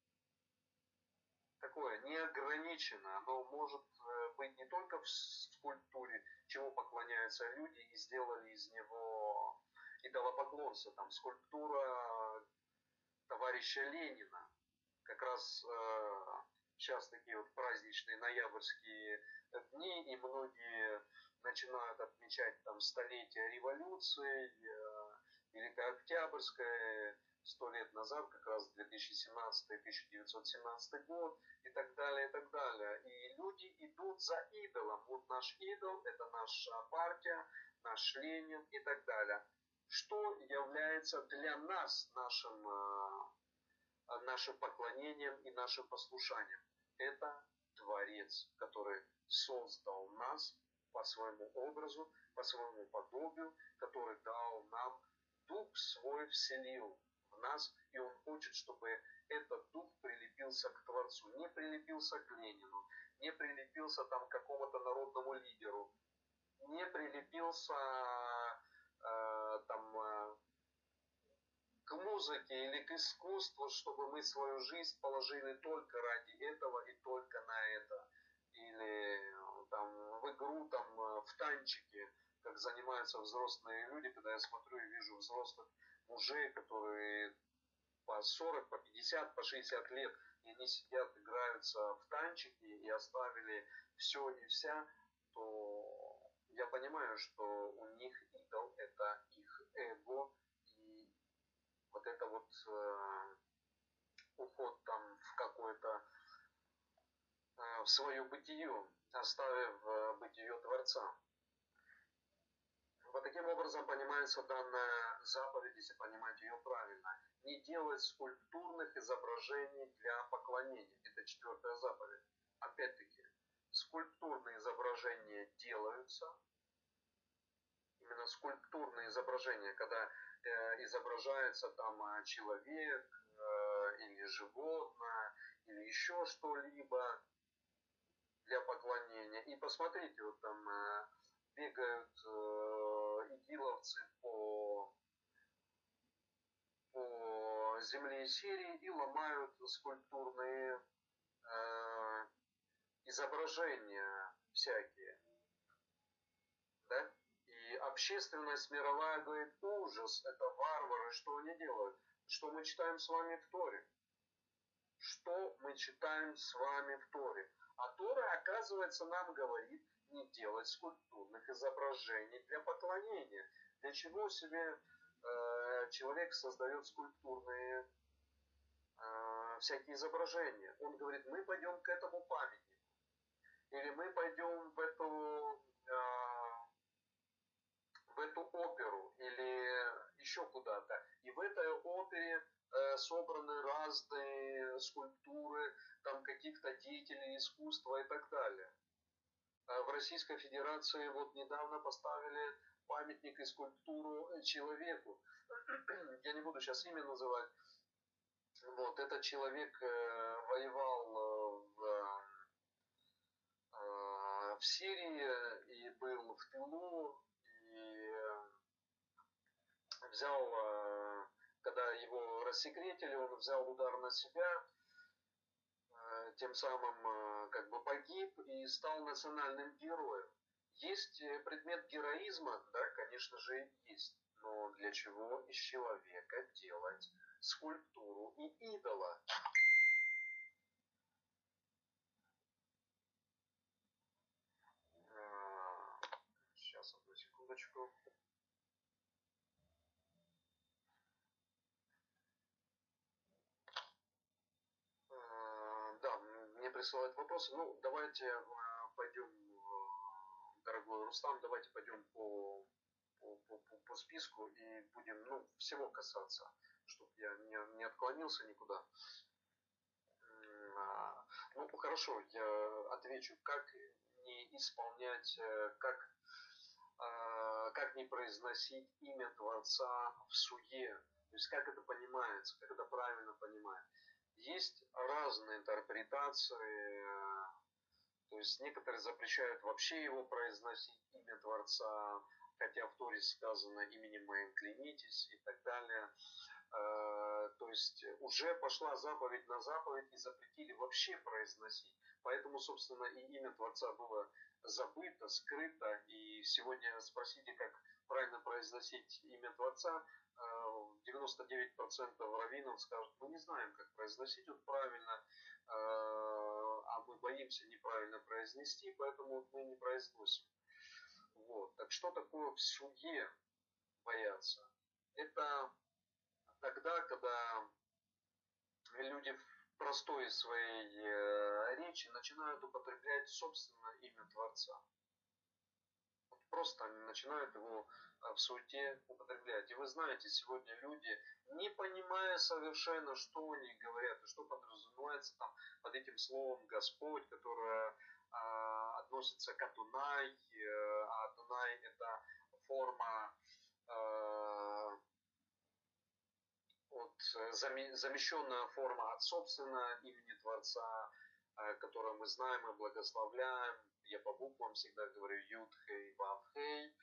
такое неограниченное, оно может быть не только в скульптуре, чему поклоняются люди и сделали из него идолопоклонство. Там скульптура товарища Ленина. Как раз э, сейчас такие вот праздничные ноябрьские дни, и многие начинают отмечать там столетие революции, э, Великая Октябрьская, сто лет назад, как раз две тысячи семнадцатый — тысяча девятьсот семнадцатый год, и так далее, и так далее. И люди идут за идолом. Вот наш идол — это наша партия, наш Ленин и так далее. Что является для нас нашим, нашим поклонением и нашим послушанием? Это Творец, который создал нас по своему образу, по своему подобию, который дал нам Дух Свой, вселил в нас, и Он хочет, чтобы этот Дух прилепился к Творцу, не прилепился к Ленину, не прилепился там к какому-то народному лидеру, не прилепился э, там э, к музыке или к искусству, чтобы мы свою жизнь положили только ради этого и только на это. Или там в игру, там в танчики, как занимаются взрослые люди, когда я смотрю и вижу взрослых мужей, которые по сорок, по пятьдесят, по шестьдесят лет, и они сидят, играются в танчики и оставили все и вся, то я понимаю, что у них идол — это их эго, и вот это вот э, уход там в какое-то, э, в свое бытие, оставив э, бытие Творца. Вот таким образом понимается данная заповедь, если понимать ее правильно. Не делать скульптурных изображений для поклонения. Это четвертая заповедь. Опять-таки, скульптурные изображения делаются. Именно скульптурные изображения, когда э, изображается там человек э, или животное, или еще что-либо для поклонения. И посмотрите, вот там э, бегают э, игиловцы по, по земле Сирии и ломают скульптурные э, изображения всякие. Да? И общественность мировая говорит: ужас, это варвары, что они делают? Что мы читаем с вами в Торе? Что мы читаем с вами в Торе? А Тора, оказывается, нам говорит не делать скульптурных изображений для поклонения. Для чего себе э, человек создает скульптурные э, всякие изображения? Он говорит: мы пойдем к этому памятнику. Или мы пойдем в эту, э, в эту оперу, или еще куда-то. И в этой опере э, собраны разные скульптуры там каких-то деятелей искусства и так далее. В Российской Федерации вот недавно поставили памятник и скульптуру человеку. Я не буду сейчас имя называть. Вот, этот человек э, воевал э, в, э, в Сирии и был в тылу, и взял э, когда его рассекретили, он взял удар на себя, тем самым как бы погиб и стал национальным героем. Есть предмет героизма, да, конечно же, есть. Но для чего из человека делать скульптуру и идола? Сейчас, одну секундочку. Да, мне присылают вопросы. Ну, давайте пойдем, дорогой Рустам, давайте пойдем по, по, по, по списку и будем, ну, всего касаться, чтобы я не, не отклонился никуда. Ну, хорошо, я отвечу, как не исполнять, как, как не произносить имя Творца в суе. То есть, как это понимается, как это правильно понимать. Есть разные интерпретации, то есть некоторые запрещают вообще его произносить, имя Творца, хотя в Торе сказано именем моим клянитесь и так далее. То есть уже пошла заповедь на заповедь и запретили вообще произносить. Поэтому, собственно, и имя Творца было забыто, скрыто. И сегодня спросите, как правильно произносить имя Творца, девяносто девять процентов раввинов скажут, мы не знаем, как произносить вот правильно, а мы боимся неправильно произнести, поэтому мы не произносим. Вот. Так что такое в суе бояться? Это тогда, когда люди в простой своей речи начинают употреблять собственное имя Творца. Просто они начинают его в суете употреблять. И вы знаете, сегодня люди, не понимая совершенно, что они говорят и что подразумевается там под этим словом Господь, которое а, относится к Адунай, а Адунай это форма а, от, замещенная форма от собственного имени Творца, которое мы знаем и благословляем. Я по буквам всегда говорю Юд, Хей, Вав, Хей.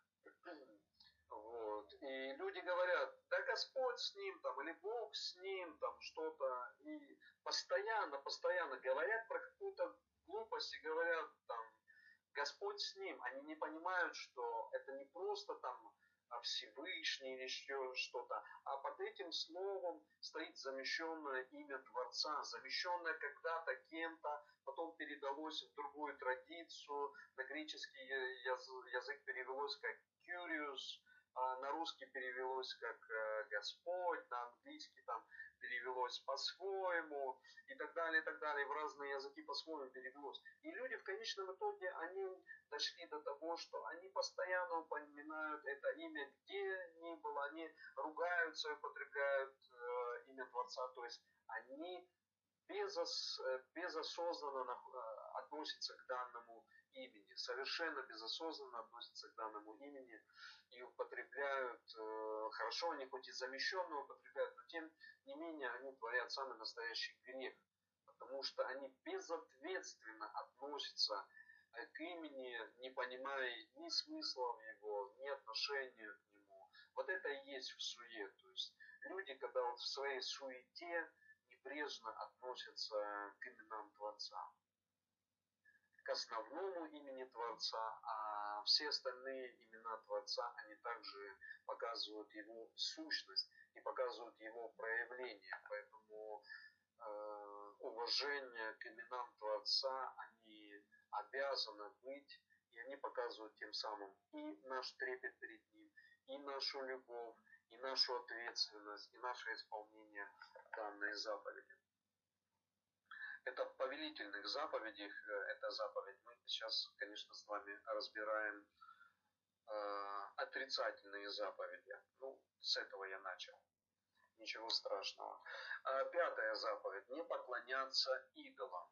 Вот. И люди говорят, да Господь с ним, там, или Бог с ним, там, что-то. И постоянно, постоянно говорят про какую-то глупость и говорят, там, Господь с ним. Они не понимают, что это не просто там Всевышний или еще что-то, а под этим словом стоит замещенное имя Творца, замещенное когда-то кем-то, потом передалось в другую традицию, на греческий язык перевелось как Kyrios, на русский перевелось как Господь, на английский там перевелось по-своему и так далее, и так далее, в разные языки по-своему перевелось. И люди в конечном итоге, они дошли до того, что они постоянно упоминают это имя, где ни было, они ругаются и употребляют э, имя Творца, то есть они безос, безосознанно относятся к данному имени, совершенно безосознанно относятся к данному имени и употребляют, э, хорошо, они хоть и замещенно употребляют, но тем не менее они творят самый настоящий грех, потому что они безответственно относятся к имени, не понимая ни смысла в его, ни отношения к нему. Вот это и есть в суе. То есть люди, когда вот в своей суете небрежно относятся к именам Творца, к основному имени Творца, а все остальные имена Творца, они также показывают его сущность и показывают его проявление. Поэтому э, уважение к именам Творца, они обязаны быть, и они показывают тем самым и наш трепет перед Ним, и нашу любовь, и нашу ответственность, и наше исполнение данной заповеди. Это в повелительных заповедях, эта заповедь. Мы сейчас, конечно, с вами разбираем э, отрицательные заповеди. Ну, с этого я начал. Ничего страшного. А пятая заповедь. Не поклоняться идолам.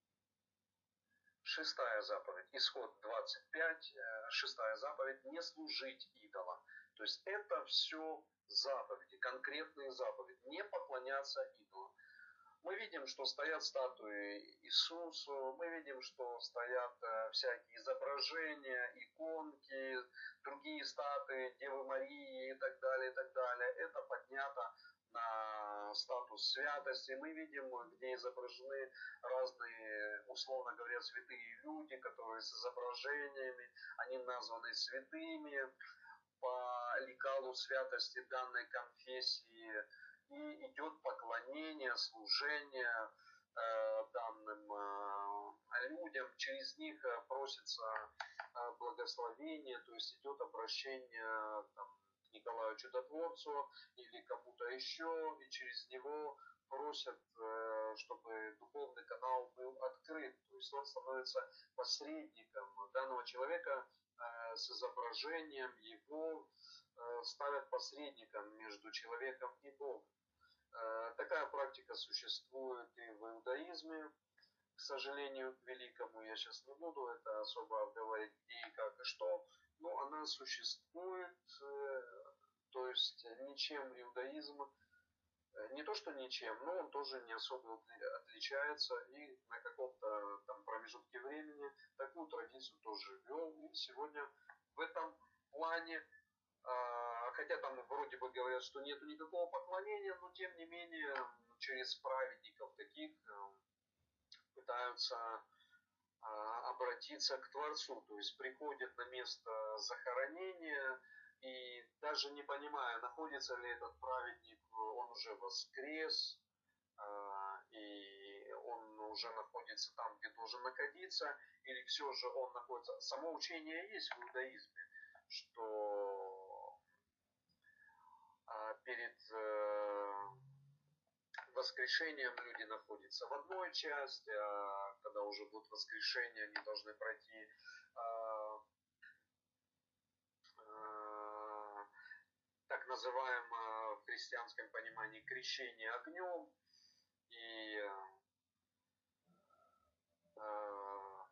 Шестая заповедь. Исход двадцать пять. Шестая заповедь. Не служить идолам. То есть это все заповеди, конкретные заповеди. Не поклоняться идолам. Мы видим, что стоят статуи Иисусу, мы видим, что стоят всякие изображения, иконки, другие статуи Девы Марии и так далее, и так далее. Это поднято на статус святости. Мы видим, где изображены разные, условно говоря, святые люди, которые с изображениями, они названы святыми по лекалу святости данной конфессии. И идет поклонение, служение э, данным э, людям. Через них просится э, благословение, то есть идет обращение там, к Николаю Чудотворцу или кому-то еще, и через него просят, э, чтобы духовный канал был открыт. То есть он становится посредником данного человека э, с изображением его, э, ставят посредником между человеком и Богом. Такая практика существует и в иудаизме, к сожалению, к великому. Я сейчас не буду это особо обговаривать, где и как и что, но она существует, то есть ничем иудаизм, не то что ничем, но он тоже не особо отличается, и на каком-то там промежутке времени такую традицию тоже вел, и сегодня в этом плане, хотя там вроде бы говорят, что нету никакого поклонения, но тем не менее через праведников таких пытаются обратиться к Творцу, то есть приходят на место захоронения и даже не понимая, находится ли этот праведник, он уже воскрес, и он уже находится там, где должен находиться, или все же он находится... Само учение есть в иудаизме, что перед воскрешением люди находятся в одной части, а когда уже будет воскрешение, они должны пройти а, а, так называемое в христианском понимании крещение огнем, и а,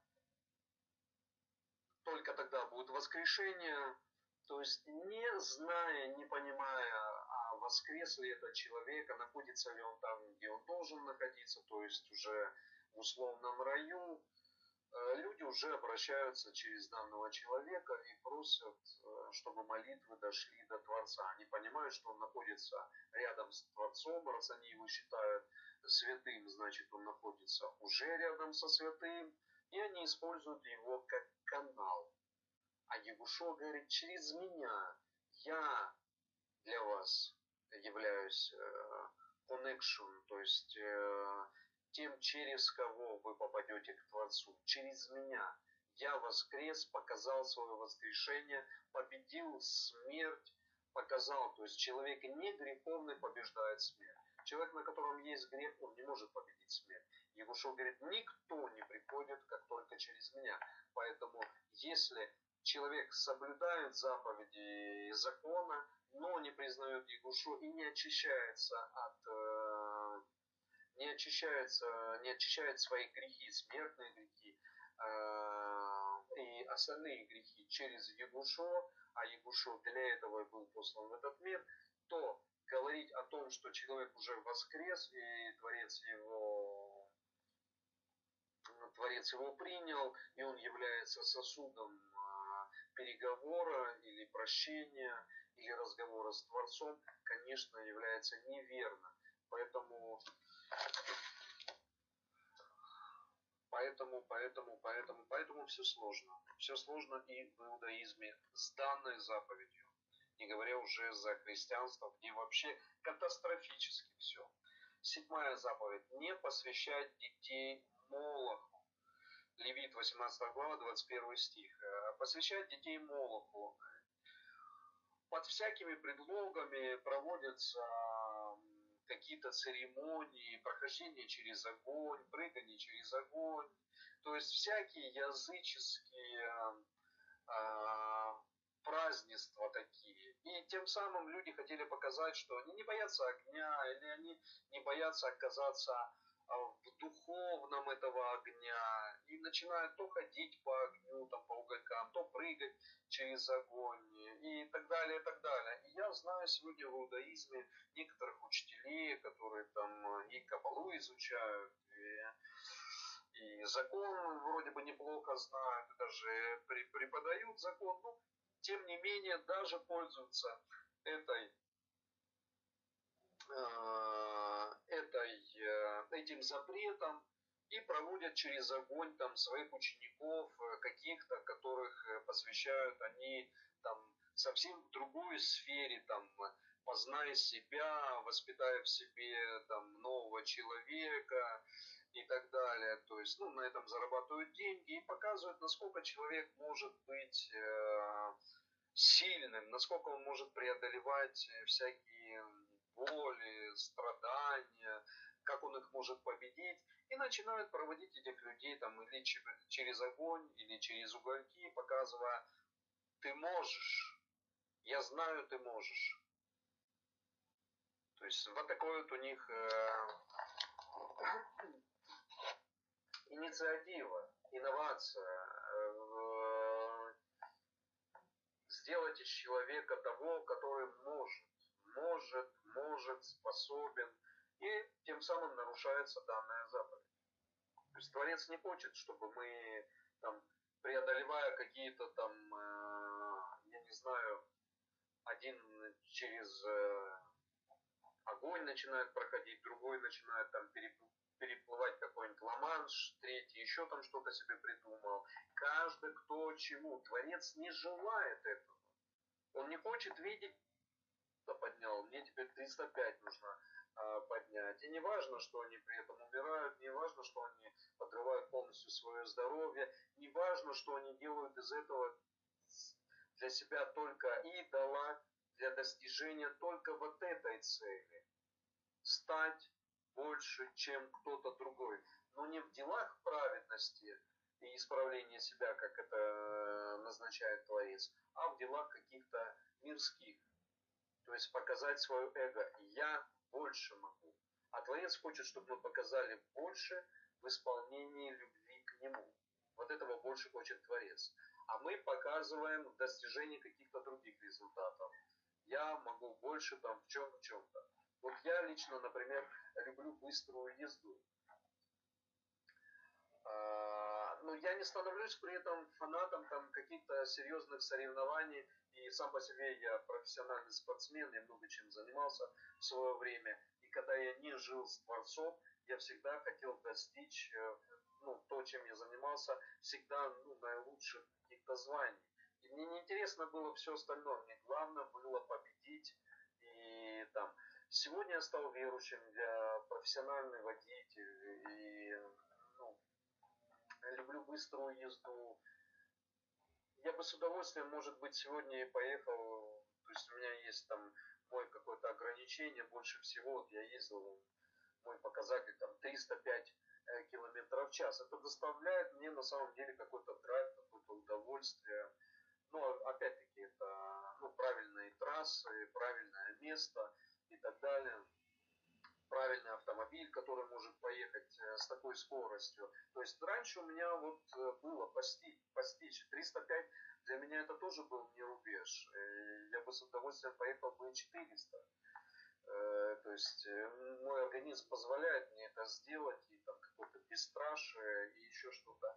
только тогда будет воскрешение. То есть не зная, не понимая, а воскрес ли этот человек, а находится ли он там, где он должен находиться, то есть уже в условном раю, люди уже обращаются через данного человека и просят, чтобы молитвы дошли до Творца. Они понимают, что он находится рядом с Творцом, раз они его считают святым, значит он находится уже рядом со святым, и они используют его как канал. А Егушо говорит, через меня я для вас являюсь э, connection, то есть э, тем, через кого вы попадете к Творцу. Через меня я воскрес, показал свое воскрешение, победил смерть, показал. То есть человек не греховный побеждает смерть. Человек, на котором есть грех, он не может победить смерть. Егушо говорит, никто не приходит, как только через меня. Поэтому, если человек соблюдает заповеди закона, но не признает Егушу и не очищается от, э, не очищается, не очищает свои грехи, смертные грехи э, и остальные грехи через Егушу, а Егушу для этого и был послан в этот мир, то говорить о том, что человек уже воскрес и Творец его, Творец его принял, и он является сосудом переговора или прощения, или разговора с Творцом, конечно, является неверно. Поэтому, поэтому, поэтому, поэтому, поэтому все сложно. Все сложно и в иудаизме с данной заповедью. Не говоря уже за христианство, где вообще катастрофически все. Седьмая заповедь. Не посвящать детей Молоху. Левит, восемнадцатая глава, двадцать первый стих. Посвящать детей Молоху. Под всякими предлогами проводятся какие-то церемонии, прохождение через огонь, прыгание через огонь. То есть всякие языческие а, празднества такие. И тем самым люди хотели показать, что они не боятся огня, или они не боятся оказаться в духовном этого огня и начинают то ходить по огню, там, по уголькам, то прыгать через огонь и так далее, и так далее. И я знаю сегодня в иудаизме некоторых учителей, которые там и кабалу изучают, и, и закон вроде бы неплохо знают, и даже преподают закон, но тем не менее даже пользуются этой этой, этим запретом и проводят через огонь там своих учеников, каких-то, которых посвящают они там совсем в другой сфере, там, познай себя, воспитай в себе там нового человека и так далее. То есть, ну, на этом зарабатывают деньги и показывают, насколько человек может быть э, сильным, насколько он может преодолевать всякие боли, страдания, как он их может победить, и начинают проводить этих людей там или через огонь, или через угольки, показывая, ты можешь, я знаю, ты можешь. То есть вот такой вот у них э, инициатива, инновация, э, сделать из человека того, который может, может, может, способен, и тем самым нарушается данная заповедь. То есть Творец не хочет, чтобы мы, там, преодолевая какие-то там, э, я не знаю, один через э, огонь начинает проходить, другой начинает там переплывать какой-нибудь Ла-Манш, третий еще там что-то себе придумал. Каждый кто чему. Творец не желает этого. Он не хочет видеть, кто поднял, мне теперь триста пять нужно а, поднять. И не важно, что они при этом умирают, не важно, что они подрывают полностью свое здоровье, не важно, что они делают из этого для себя только идола, для достижения только вот этой цели. Стать больше, чем кто-то другой. Но не в делах праведности и исправления себя, как это назначает Творец, а в делах каких-то мирских. То есть показать свое эго. Я больше могу. А Творец хочет, чтобы мы показали больше в исполнении любви к Нему. Вот этого больше хочет Творец. А мы показываем в достижении каких-то других результатов. Я могу больше там в чем в чем-то. Вот я лично, например, люблю быструю езду. Но я не становлюсь при этом фанатом там каких-то серьезных соревнований. И сам по себе я профессиональный спортсмен, я много чем занимался в свое время. И когда я не жил с Творцом, я всегда хотел достичь, ну, то, чем я занимался, всегда, ну, наилучших каких-то званий. И мне не интересно было все остальное. Мне главное было победить. И там, сегодня я стал верующим, я профессиональный водитель. И, ну, люблю быструю езду. Я бы с удовольствием, может быть, сегодня и поехал. То есть у меня есть там мой какое-то ограничение. Больше всего вот я ездил, мой показатель там триста пять километров в час. Это доставляет мне на самом деле какой-то драйв, какое-то удовольствие. Но опять-таки это, ну, правильные трассы, правильное место и так далее. Правильный автомобиль, который может поехать с такой скоростью. То есть раньше у меня вот было постичь, постичь триста пять, для меня это тоже был не рубеж. Я бы с удовольствием поехал бы и четыреста. То есть мой организм позволяет мне это сделать, и там какое-то бесстрашие, и еще что-то.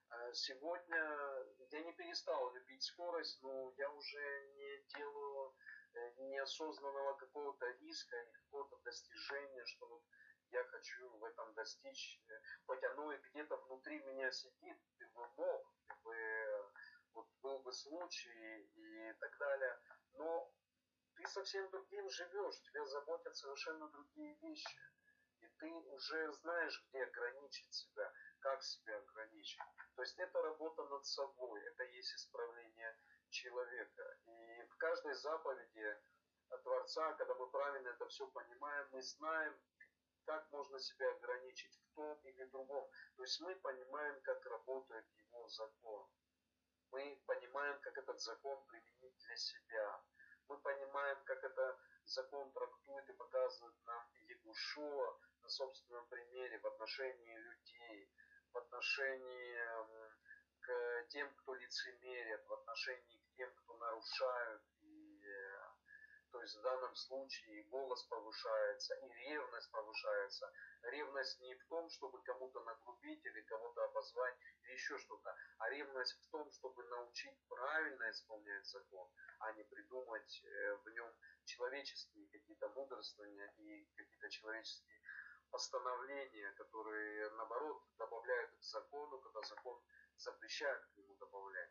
Сегодня я не перестал любить скорость, но я уже не делаю неосознанного какого-то риска или какого-то достижения, что вот я хочу в этом достичь, хоть оно и где-то внутри меня сидит, ты бы мог, ты бы, вот был бы случай и так далее, но ты совсем другим живешь, тебя заботят совершенно другие вещи, и ты уже знаешь, где ограничить себя, как себя ограничить. То есть это работа над собой, это есть исправление человека. И в каждой заповеди Творца, когда мы правильно это все понимаем, мы знаем, как можно себя ограничить в том или другом. То есть мы понимаем, как работает его закон. Мы понимаем, как этот закон применить для себя. Мы понимаем, как это закон трактует и показывает нам Егушуа на собственном примере в отношении людей, в отношении к тем, кто лицемерит, в отношении к тем, кто нарушают. И, то есть в данном случае и голос повышается, и ревность повышается. Ревность не в том, чтобы кому-то нагрубить или кого-то обозвать, или еще что-то, а ревность в том, чтобы научить правильно исполнять закон, а не придумать в нем человеческие какие-то мудрствования и какие-то человеческие постановления, которые, наоборот, добавляют к закону, когда закон запрещает к нему добавлять.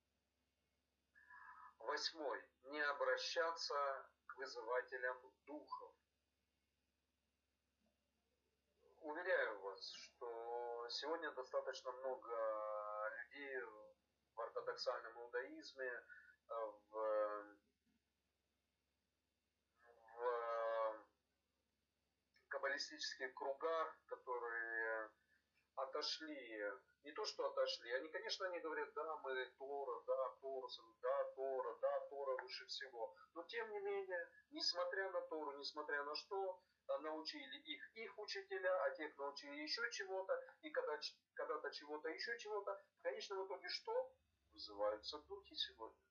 Восьмой. Не обращаться к вызывателям духов. Уверяю вас, что сегодня достаточно много людей в ортодоксальном иудаизме, в, в каббалистических кругах, которые отошли, не то что отошли, они, конечно, они говорят, да, мы Тора, да, Тора, да, Тора, да, Тора выше всего. Но тем не менее, несмотря на Тору, несмотря на что, научили их их учителя, а тех научили еще чего-то, и когда, когда-то чего-то, еще чего-то, в конечном итоге что? Вызываются духи сегодня.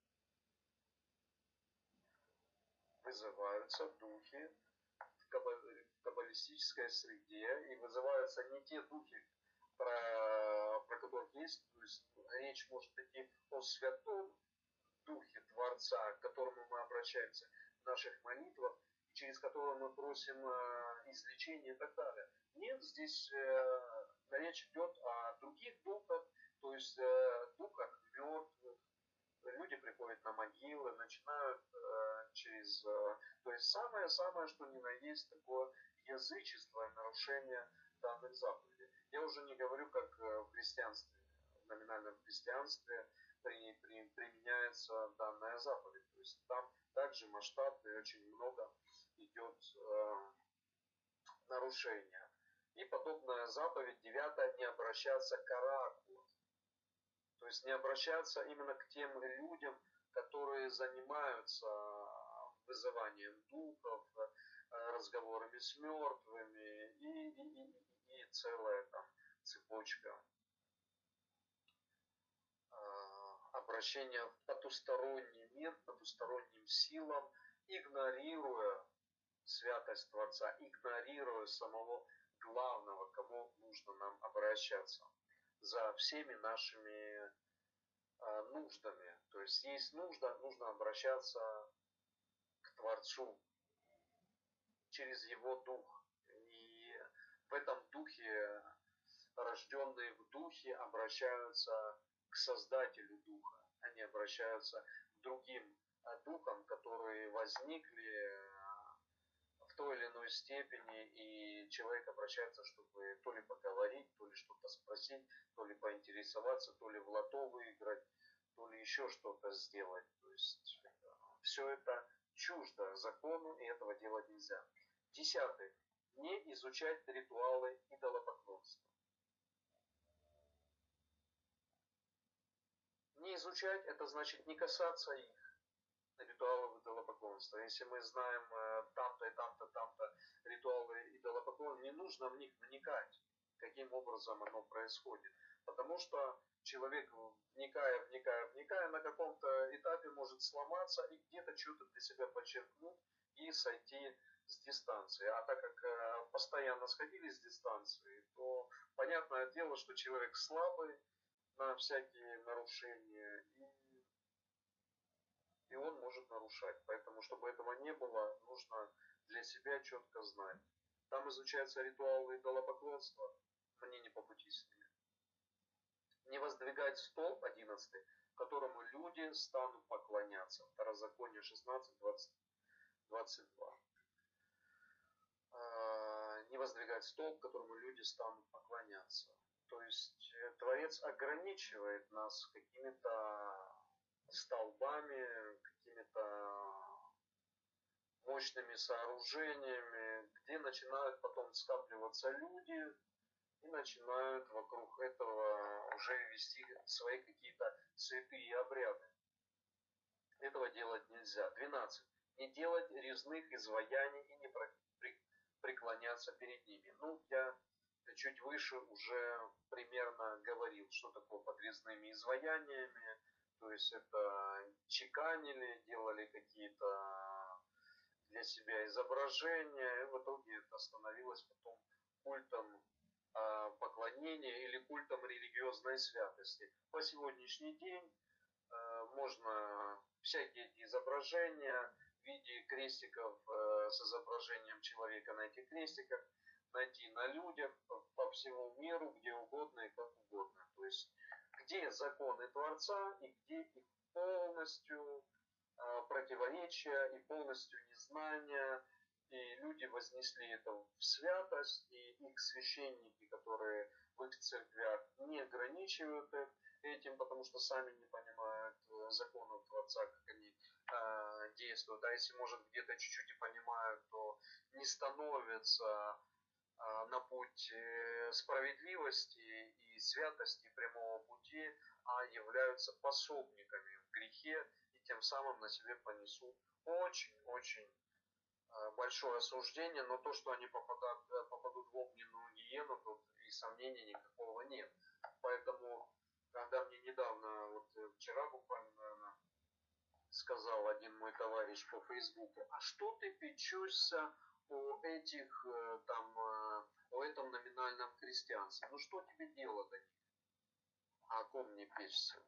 Вызываются духи в каббалистической среде, и вызываются не те духи, про, про которых есть, то есть речь может идти о святом духе Творца, к которому мы обращаемся в наших молитвах, через которого мы просим э, излечения и так далее. Нет, здесь э, речь идет о других духах, то есть э, духах мертвых. Люди приходят на могилы, начинают э, через... Э, то есть самое-самое, что ни на есть, такое язычество и нарушение данных заповедей. Я уже не говорю, как в христианстве, в номинальном христианстве при, при, применяется данная заповедь. То есть там также масштабно и очень много идет э, нарушения. И подобная заповедь, девятая, не обращаться к оракулам. То есть не обращаться именно к тем людям, которые занимаются вызыванием духов, разговорами с мертвыми и, и, и, и целая там цепочка обращения в потусторонний мир, потусторонним силам, игнорируя святость Творца, игнорируя самого главного, к кому нужно нам обращаться за всеми нашими а, нуждами. То есть есть нужда, нужно обращаться к Творцу через Его Дух. И в этом Духе, рожденные в Духе, обращаются к Создателю Духа. Они обращаются к другим духам, которые возникли в той или иной степени, и человек обращается, чтобы то ли поговорить, то ли что-то спросить, то ли поинтересоваться, то ли в лото выиграть, то ли еще что-то сделать. То есть все это чуждо закону, и этого делать нельзя. Десятый. Не изучать ритуалы идолопоклонства. Не изучать, это значит не касаться их, ритуалов идолопоклонства. Если мы знаем э, там-то и там-то, там-то ритуалы идолопоклонства, не нужно в них вникать, каким образом оно происходит. Потому что человек, вникая, вникая, вникая, на каком-то этапе может сломаться и где-то что-то для себя подчеркнуть и сойти с дистанции. А так как э, постоянно сходили с дистанции, то понятное дело, что человек слабый на всякие нарушения, и, и он может нарушать. Поэтому, чтобы этого не было, нужно для себя четко знать. Там изучаются ритуалы идолопоклонства, мне не по пути с ними. Не воздвигать столб, одиннадцатый, которому люди станут поклоняться. Второзаконие шестнадцать, двадцать, двадцать два. Не воздвигать столб, которому люди станут поклоняться. То есть Творец ограничивает нас какими-то столбами, какими-то мощными сооружениями, где начинают потом скапливаться люди и начинают вокруг этого уже вести свои какие-то святые обряды. Этого делать нельзя. двенадцать. не делать резных изваяний и не преклоняться перед ними. Ну, я чуть выше уже примерно говорил, что такое под резными изваяниями. То есть это чеканили, делали какие-то для себя изображения, и в итоге это становилось потом культом э, поклонения или культом религиозной святости. По сегодняшний день э, можно всякие эти изображения в виде крестиков э, с изображением человека на этих крестиках найти на людях по всему миру, где угодно и как угодно. То есть где законы Творца и где их полностью э, противоречия и полностью незнание. И люди вознесли это в святость, и их священники, которые в их церквях, не ограничивают их этим, потому что сами не понимают законов Творца, как они э, действуют. А если, может, где-то чуть-чуть и понимают, то не становятся на путь справедливости и святости прямого пути, а являются пособниками в грехе и тем самым на себе понесут очень-очень большое осуждение, но то, что они попадут, попадут в огненную гиену, тут и сомнений никакого нет. Поэтому, когда мне недавно, вот вчера буквально, наверное, сказал один мой товарищ по Фейсбуку, а что ты печешься о этих, там, о этом номинальном христианстве? Ну что тебе дело до них? А о ком мне печься?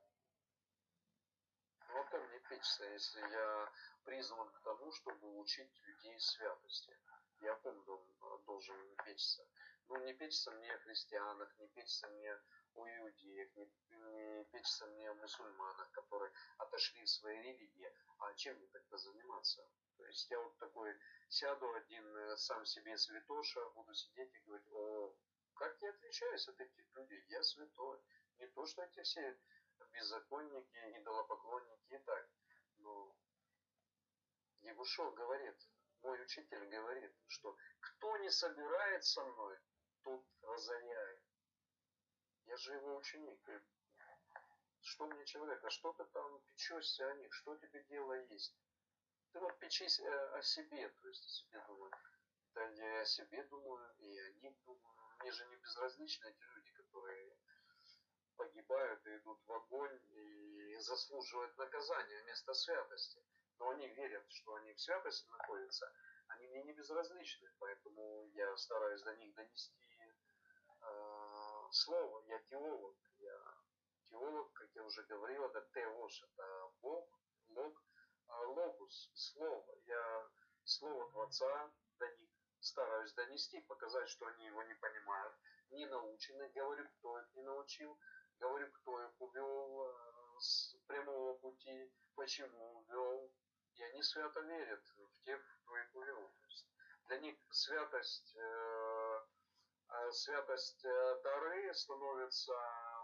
Ну о ком мне печься, если я призван к тому, чтобы учить людей святости? Я о ком должен печься? Ну не печься мне о христианах, не печься мне о иудеях, не, не печься мне о мусульманах, которые отошли в свои религии. А чем мне тогда заниматься? То есть я вот такой сяду один сам себе святоша, буду сидеть и говорить, о, как я отличаюсь от этих людей, я святой. Не то, что эти все беззаконники, идолопоклонники и так. Но Егушо говорит, мой учитель говорит, что кто не собирает со мной, тот разоряет. Я же его ученик. Что мне человек, а что ты там печешься о них, что тебе дело есть? Ты вот печись о себе, то есть о себе думаю. Да я о себе думаю, и о них думаю. Мне же не безразличны эти люди, которые погибают и идут в огонь и заслуживают наказания вместо святости. Но они верят, что они в святости находятся. Они мне не безразличны, поэтому я стараюсь до них донести э, слово. Я теолог. Я теолог, как я уже говорил, это теос, это Бог, лог, логус, слово. Я слово Творца до них стараюсь донести, показать, что они его не понимают, не научены. Говорю, кто их не научил, говорю, кто их увел с прямого пути, почему увел. И они свято верят в тех, кто их увел. То есть для них святость, э, святость Торы становится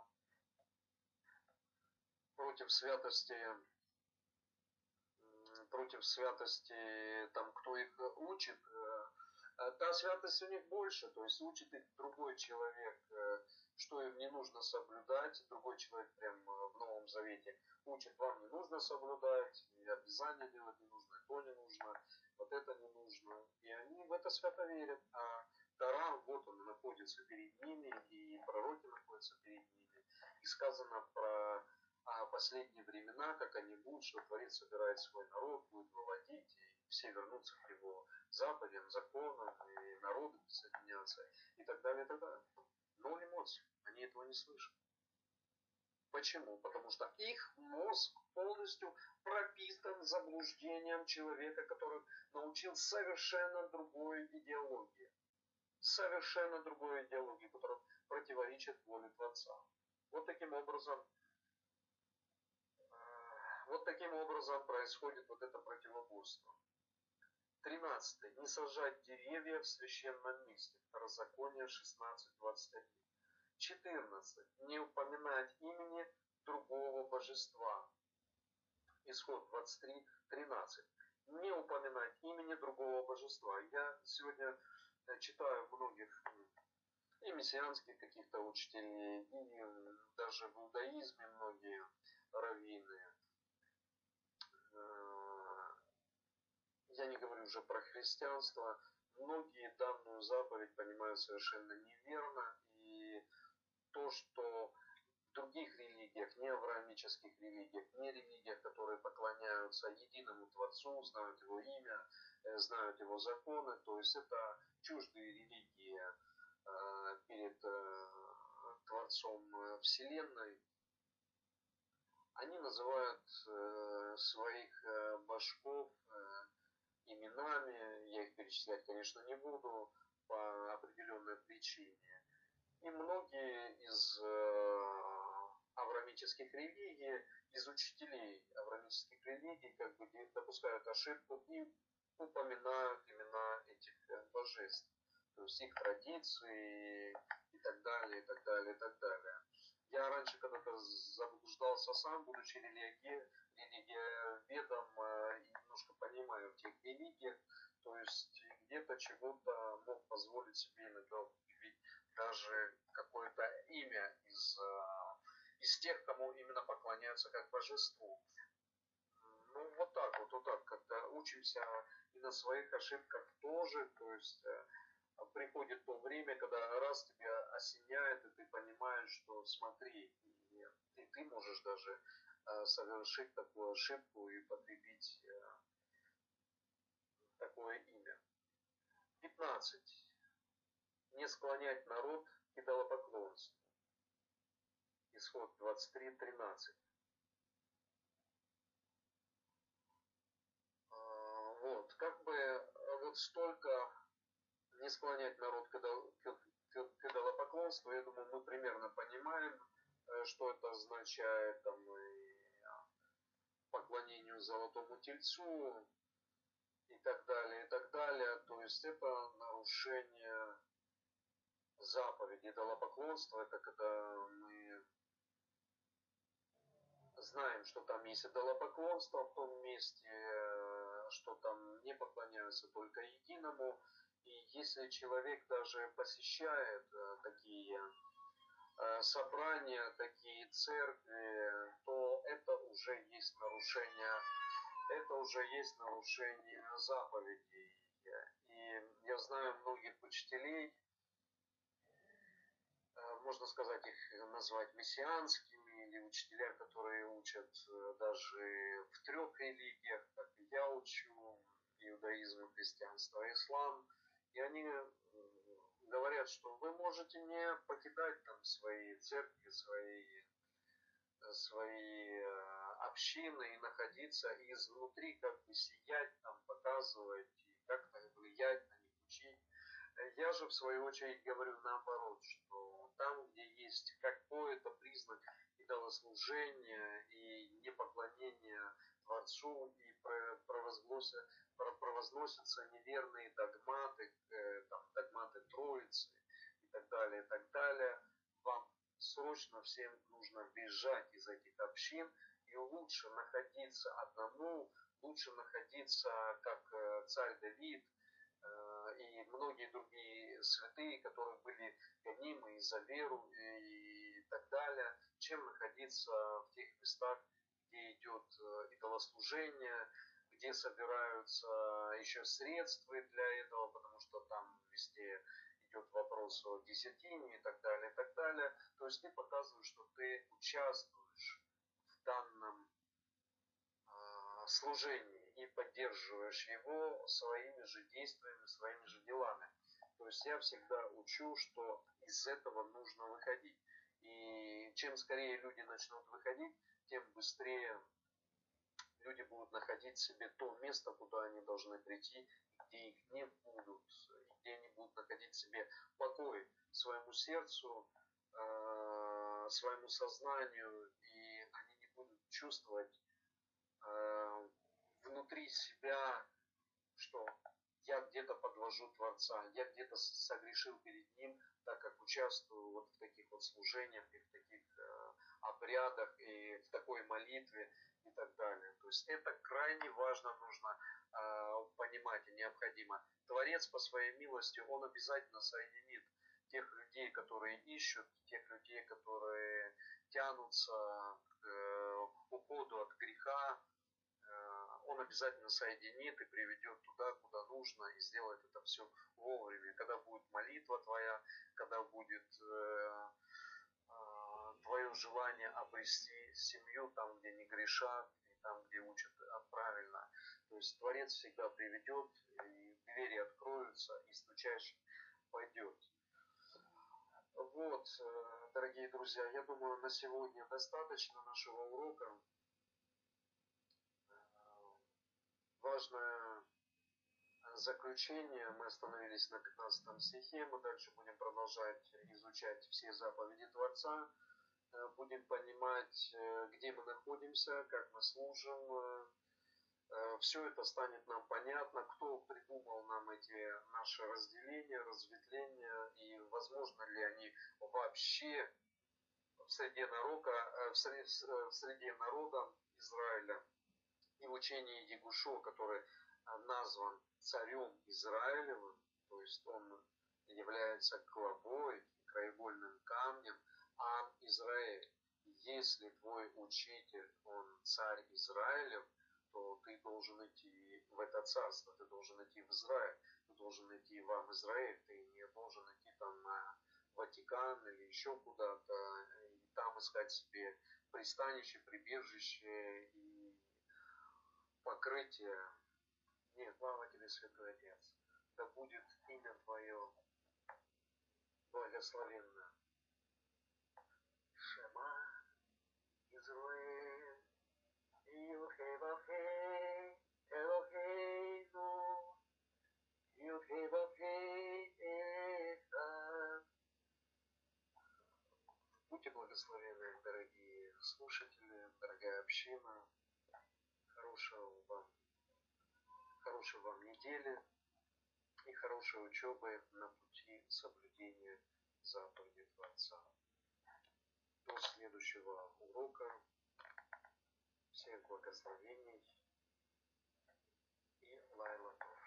против святости, против святости, там, кто их учит, та святость у них больше, то есть учит их другой человек, что им не нужно соблюдать, другой человек прям в Новом Завете учит, вам не нужно соблюдать, и обязания делать не нужно, и то не нужно, вот это не нужно, и они в это свято верят, а Тора, вот он находится перед ними, и пророки находятся перед ними, и сказано про а последние времена, как они будут, что Творец собирает свой народ, будет выводить, и все вернутся к его заповедям, законам, и народы присоединятся, и так далее, и так далее. Ноль эмоций, они этого не слышат. Почему? Потому что их мозг полностью пропитан заблуждением человека, который научил совершенно другой идеологии. Совершенно другой идеологии, которая противоречит воле Творца. Вот таким образом Вот таким образом происходит вот это противоборство. тринадцатое. Не сажать деревья в священном месте. Второзаконие шестнадцать двадцать один. четырнадцать. Не упоминать имени другого божества. Исход двадцать три тринадцать. Не упоминать имени другого божества. Я сегодня читаю многих и мессианских каких-то учителей, и даже в иудаизме многие раввины я не говорю уже про христианство, многие данную заповедь понимают совершенно неверно, и то, что в других религиях, не авраамических религиях, не религиях, которые поклоняются единому Творцу, знают Его имя, знают Его законы, то есть это чуждые религии перед Творцом Вселенной, они называют своих божков именами, я их перечислять, конечно, не буду, по определенной причине. И многие из авраамических религий, из учителей авраамических религий, как бы допускают ошибку и упоминают имена этих божеств, то есть их традиции и так далее, и так далее, и так далее. Я раньше когда-то заблуждался сам, будучи религи... религиоведом, и немножко понимаю в тех религиях, то есть где-то чего-то мог позволить себе иногда употребить даже какое-то имя из, из тех, кому именно поклоняются как божеству. Ну, вот так вот, вот так, когда учимся и на своих ошибках тоже, то есть приходит то время, когда раз тебя осеняет, и ты понимаешь, что смотри, и ты можешь даже совершить такую ошибку и потребить такое имя. пятнадцать. Не склонять народ к идолопоклонству. Исход двадцать три тринадцать. Вот, как бы вот столько не склонять народ к, идол, к, к, к идолопоклонству, я думаю, мы примерно понимаем, что это означает, там, и поклонению золотому тельцу и так далее, и так далее. То есть это нарушение заповеди. Идолопоклонство — это когда мы знаем, что там есть идолопоклонство в том месте, что там не поклоняются только единому. И если человек даже посещает такие собрания, такие церкви, то это уже есть нарушение, это уже есть нарушение заповедей. И я знаю многих учителей, можно сказать, их назвать мессианскими, или учителя, которые учат даже в трех религиях, как и я учу, иудаизм, христианство, ислам. И они говорят, что вы можете не покидать там свои церкви, свои, свои общины и находиться и изнутри как бы сиять, там, показывать и как-то влиять на них, учить. Я же в свою очередь говорю наоборот, что там, где есть какой-то признак идолослужения и непоклонения Творцу, и провозносятся неверные догматы, там, догматы Троицы и так далее, и так далее, вам срочно всем нужно бежать из этих общин, и лучше находиться одному, лучше находиться как царь Давид и многие другие святые, которые были гонимы за веру и так далее, чем находиться в тех местах, где идет идолослужение, где собираются еще средства для этого, потому что там везде идет вопрос о десятине и так далее, и так далее. То есть ты показываешь, что ты участвуешь в данном э, служении и поддерживаешь его своими же действиями, своими же делами. То есть я всегда учу, что из этого нужно выходить. И чем скорее люди начнут выходить, тем быстрее люди будут находить себе то место, куда они должны прийти, где их не будут, где они будут находить себе покой своему сердцу, э, своему сознанию, и они не будут чувствовать э, внутри себя, что я где-то подвожу Творца, я где-то согрешил перед Ним, так как участвую вот в таких вот служениях, и в таких э, обрядах, и в такой молитве, и так далее. То есть это крайне важно, нужно э, понимать и необходимо. Творец по своей милости, Он обязательно соединит тех людей, которые ищут, тех людей, которые тянутся к, э, к уходу от греха. Э, он обязательно соединит и приведет туда, куда нужно, и сделает это все вовремя. Когда будет молитва твоя, когда будет э, э, твое желание обрести семью там, где не грешат, и там, где учат правильно. То есть Творец всегда приведет, и двери откроются, и стучащий пойдет. Вот, дорогие друзья, я думаю, на сегодня достаточно нашего урока. Важное заключение. Мы остановились на пятнадцатом стихе. Мы дальше будем продолжать изучать все заповеди Творца. Будем понимать, где мы находимся, как мы служим. Все это станет нам понятно, кто придумал нам эти наши разделения, разветвления, и возможно ли они вообще в среде народа, в среде, в среде народа Израиля. И в учении Ягушо, который назван царем Израилевым, то есть он является главой, краеугольным камнем, Ам Израиль. Если твой учитель, он царь Израилев, то ты должен идти в это царство, ты должен идти в Израиль, ты должен идти в Ам Израиль, ты не должен идти там на Ватикан или еще куда-то, и там искать себе пристанище, прибежище и покрытие. Нет, слава тебе, Святой Отец, да будет имя Твое благословенно. Шема Израиль, Юдхей Вавхей, Элохейну, Юдхей Вавхей, Эхад. Будьте благословенны, дорогие слушатели, дорогая община. Хорошего вам, хорошей вам недели и хорошей учебы на пути соблюдения заповедей Творца. До следующего урока. Всех благословений и лайлатов.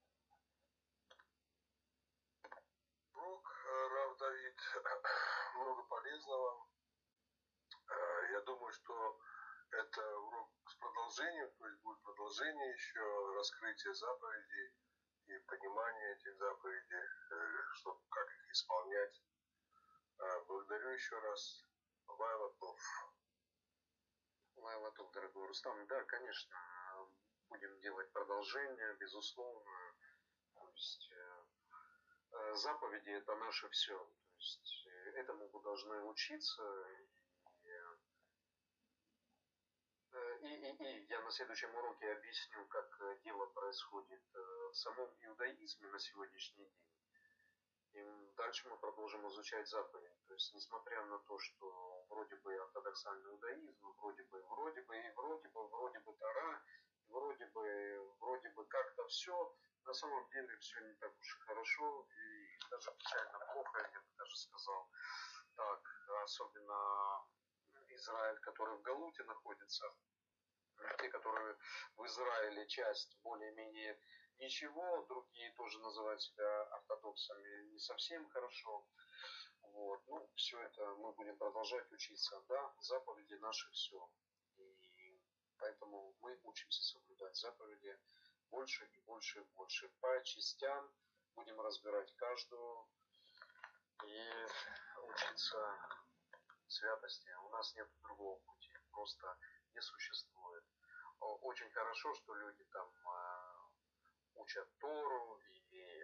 Урок, Рав Давид, много полезного. Я думаю, что это урок с продолжением, то есть будет продолжение еще, раскрытие заповедей и понимание этих заповедей, что, как их исполнять. Благодарю еще раз. Лайлатов. Лайлатов, дорогой Рустам. Да, конечно, будем делать продолжение, безусловно. То есть заповеди — это наше все. То есть этому мы должны учиться. И, и, и я на следующем уроке объясню, как дело происходит в самом иудаизме на сегодняшний день. И дальше мы продолжим изучать заповеди. То есть, несмотря на то, что вроде бы ортодоксальный иудаизм, вроде бы, вроде бы, и вроде бы, вроде бы Тора, вроде бы, вроде бы как-то все, на самом деле все не так уж и хорошо, и даже печально плохо, я бы даже сказал. Так, особенно Израиль, который в Галуте находится, те, которые в Израиле часть более-менее ничего, другие тоже называют себя ортодоксами, не совсем хорошо. Вот. Ну, все это мы будем продолжать учиться. Да, заповеди наши все. И поэтому мы учимся соблюдать заповеди больше и больше и больше. По частям будем разбирать каждую и учиться святости. У нас нет другого пути. Просто не существует. Очень хорошо, что люди там учат Тору, и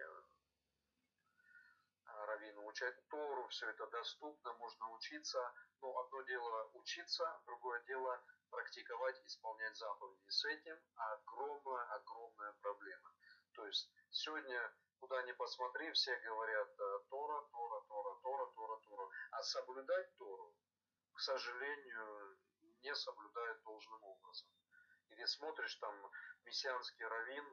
раввины учат Тору, все это доступно, можно учиться. Но одно дело учиться, другое дело практиковать, исполнять заповеди. С этим огромная-огромная проблема. То есть сегодня, куда ни посмотри, все говорят Тора, Тора, Тора, Тора, Тора, Тора. А соблюдать Тору, к сожалению, не соблюдают должным образом. И ты смотришь, там мессианский раввин,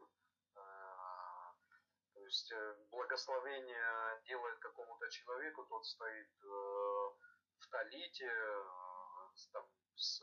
то есть благословение делает какому-то человеку, тот стоит в талите, там, с,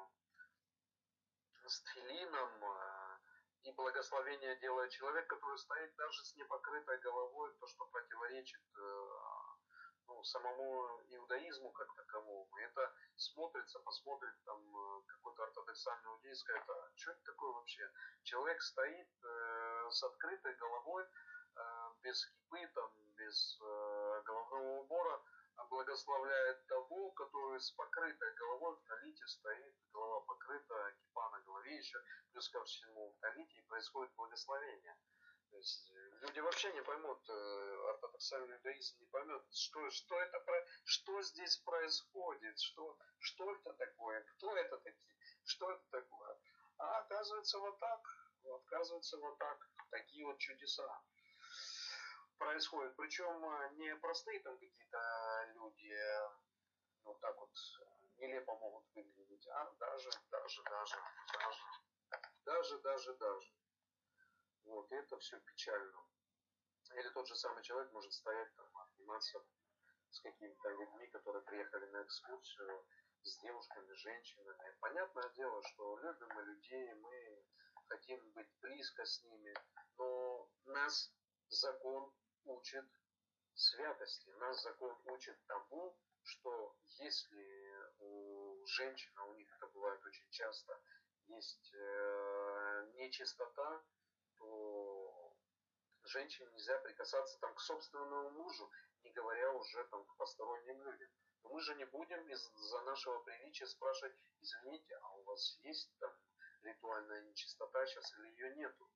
с тфилином, и благословение делает человек, который стоит даже с непокрытой головой, то, что противоречит ну, самому иудаизму как таковому. Это смотрится, посмотрит там какой-то ортодоксальный иудей, скажет, а что это такое вообще? Человек стоит э, с открытой головой, э, без кипы, там, без э, головного убора, а благословляет того, который с покрытой головой в талите стоит, голова покрыта, кипа на голове еще, плюс ко всему в талите, и происходит благословение. То есть люди вообще не поймут, ортодоксальный иудаизм не поймет, что, что, это, что здесь происходит, что, что это такое, кто это такие, что это такое. А оказывается вот так, оказывается вот так, такие вот чудеса происходят. Причем не простые там какие-то люди вот так вот нелепо могут выглядеть, а даже, даже, даже, даже, даже, даже, даже. Вот, и это все печально. Или тот же самый человек может стоять там, обниматься с какими-то людьми, которые приехали на экскурсию, с девушками, с женщинами. Понятное дело, что любим мы людей, мы хотим быть близко с ними, но нас закон учит святости, нас закон учит тому, что если у женщин, а у них это бывает очень часто, есть э, нечистота, то женщине нельзя прикасаться там к собственному мужу, не говоря уже там к посторонним людям. Но мы же не будем из-за нашего приличия спрашивать, извините, а у вас есть там ритуальная нечистота сейчас или ее нету?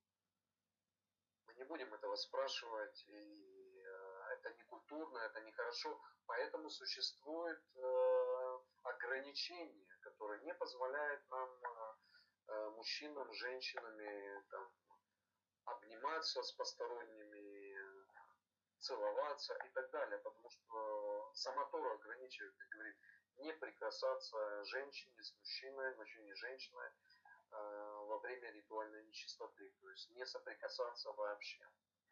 Мы не будем этого спрашивать, и э, это не культурно, это не хорошо. Поэтому существует э, ограничение, которое не позволяет нам, э, мужчинам, женщинами, там, обниматься с посторонними, целоваться и так далее, потому что сама Тора ограничивает, как говорит, не прикасаться женщине с мужчиной, мужчине с женщиной э, во время ритуальной нечистоты, то есть не соприкасаться вообще.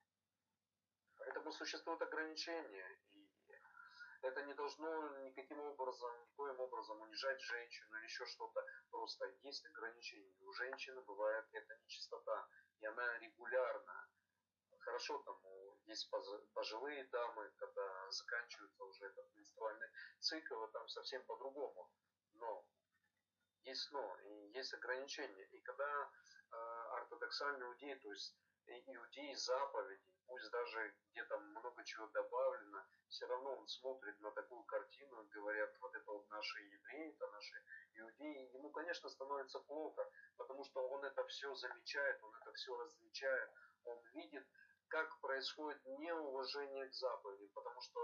Поэтому существуют ограничения, и это не должно никаким образом, никоим образом унижать женщину или еще что-то. Просто есть ограничения. У женщины бывает эта нечистота, и она регулярна. Хорошо, там есть пожилые дамы, когда заканчивается уже этот менструальный цикл, и там совсем по-другому. Но есть но, и есть ограничения. И когда э, ортодоксальный иудей, то есть иудей заповедей, пусть даже где-то много чего добавлено, все равно он смотрит на такую картину и говорят, вот это вот наши евреи, это наши иудеи. Ему, конечно, становится плохо, потому что он это все замечает, он это все различает, он видит, как происходит неуважение к заповеди, потому что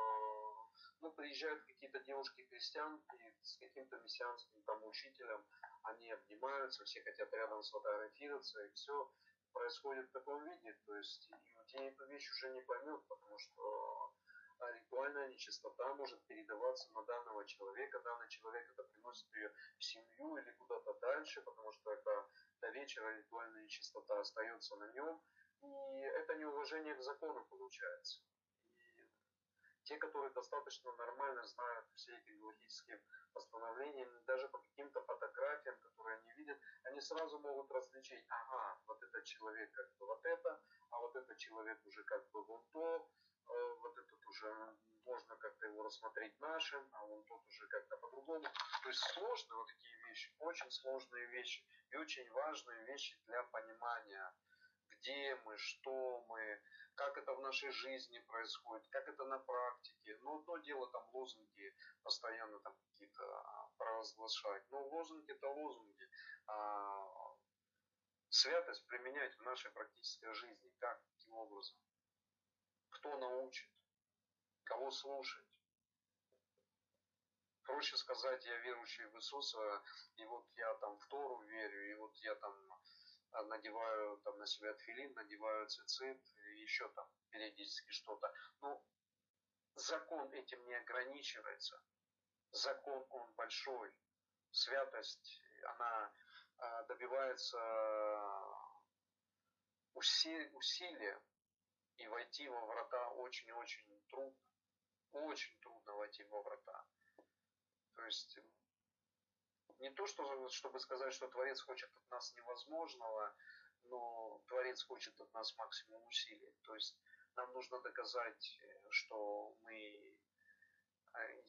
ну, приезжают какие-то девушки-крестьянки с каким-то мессианским там учителем, они обнимаются, все хотят рядом сфотографироваться, и все происходит в таком виде. То есть иудей эту вещь уже не поймет, потому что ритуальная нечистота может передаваться на данного человека, данный человек это приносит ее в семью или куда-то дальше, потому что это до вечера ритуальная нечистота остается на нем, и это неуважение к закону получается. И те, которые достаточно нормально знают все эти галактические постановления, даже по каким-то фотографиям, которые они видят, они сразу могут различить, ага, вот этот человек как бы вот это, а вот этот человек уже как бы вон то, вот этот уже можно как-то его рассмотреть нашим, а вон тот уже как-то по-другому. То есть сложные вот такие вещи, очень сложные вещи и очень важные вещи для понимания, где мы, что мы, как это в нашей жизни происходит, как это на практике. Ну, одно дело там лозунги постоянно там какие-то провозглашать, но лозунги это лозунги. А святость применять в нашей практической жизни, как, каким образом? Кто научит? Кого слушать? Проще сказать, я верующий в Иисуса, и вот я там в Тору верю, и вот я там надеваю там на себя тфилин, надеваю цицит, и еще там периодически что-то. Но закон этим не ограничивается. Закон, он большой. Святость, она добивается усилия, и войти во врата очень-очень трудно. Очень трудно войти во врата. То есть не то, что, чтобы сказать, что Творец хочет от нас невозможного, но Творец хочет от нас максимум усилий. То есть нам нужно доказать, что мы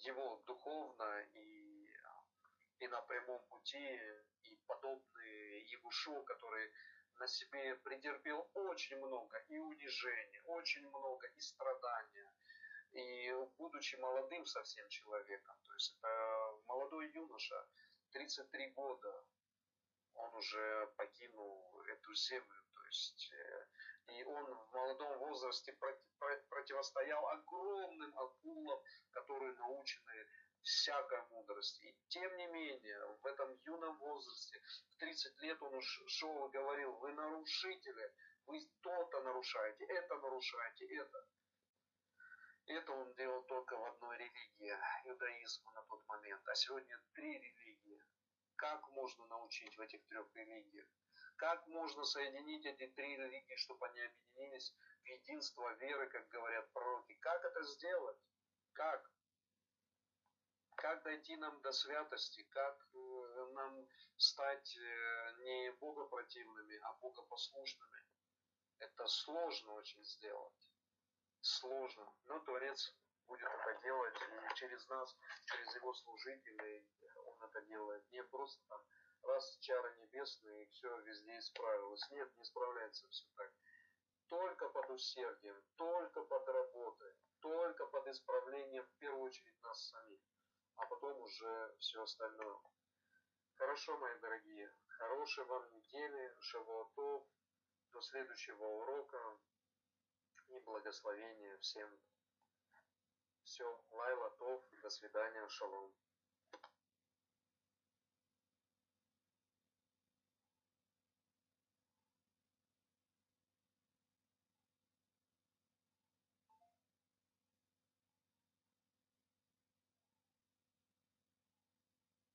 его духовно и, и на прямом пути, и подобные Егушу, который на себе претерпел очень много и унижения, очень много и страдания, и будучи молодым совсем человеком, то есть это молодой юноша, тридцать три года, он уже покинул эту землю, то есть и он в молодом возрасте противостоял огромным акулам, которые научены всякой мудрости. И тем не менее, в этом юном возрасте, в тридцать лет он уж шел и говорил: вы нарушители, вы то-то нарушаете, это нарушаете, это. Это он делал только в одной религии, иудаизму на тот момент. А сегодня три религии. Как можно научить в этих трех религиях? Как можно соединить эти три религии, чтобы они объединились в единство веры, как говорят пророки? Как это сделать? Как? Как дойти нам до святости? Как нам стать не богопротивными, а богопослушными? Это сложно очень сделать. Сложно. Но Творец будет это делать и через нас, через его служителей. Он это делает не просто там раз чары небесные и все везде исправилось. Нет, не справляется все так. Только под усердием, только под работой, только под исправлением в первую очередь нас самих, а потом уже все остальное. Хорошо, мои дорогие, хорошей вам недели, шавуатов, до следующего урока и благословения всем. Все, лайла тов, до свидания, шалом.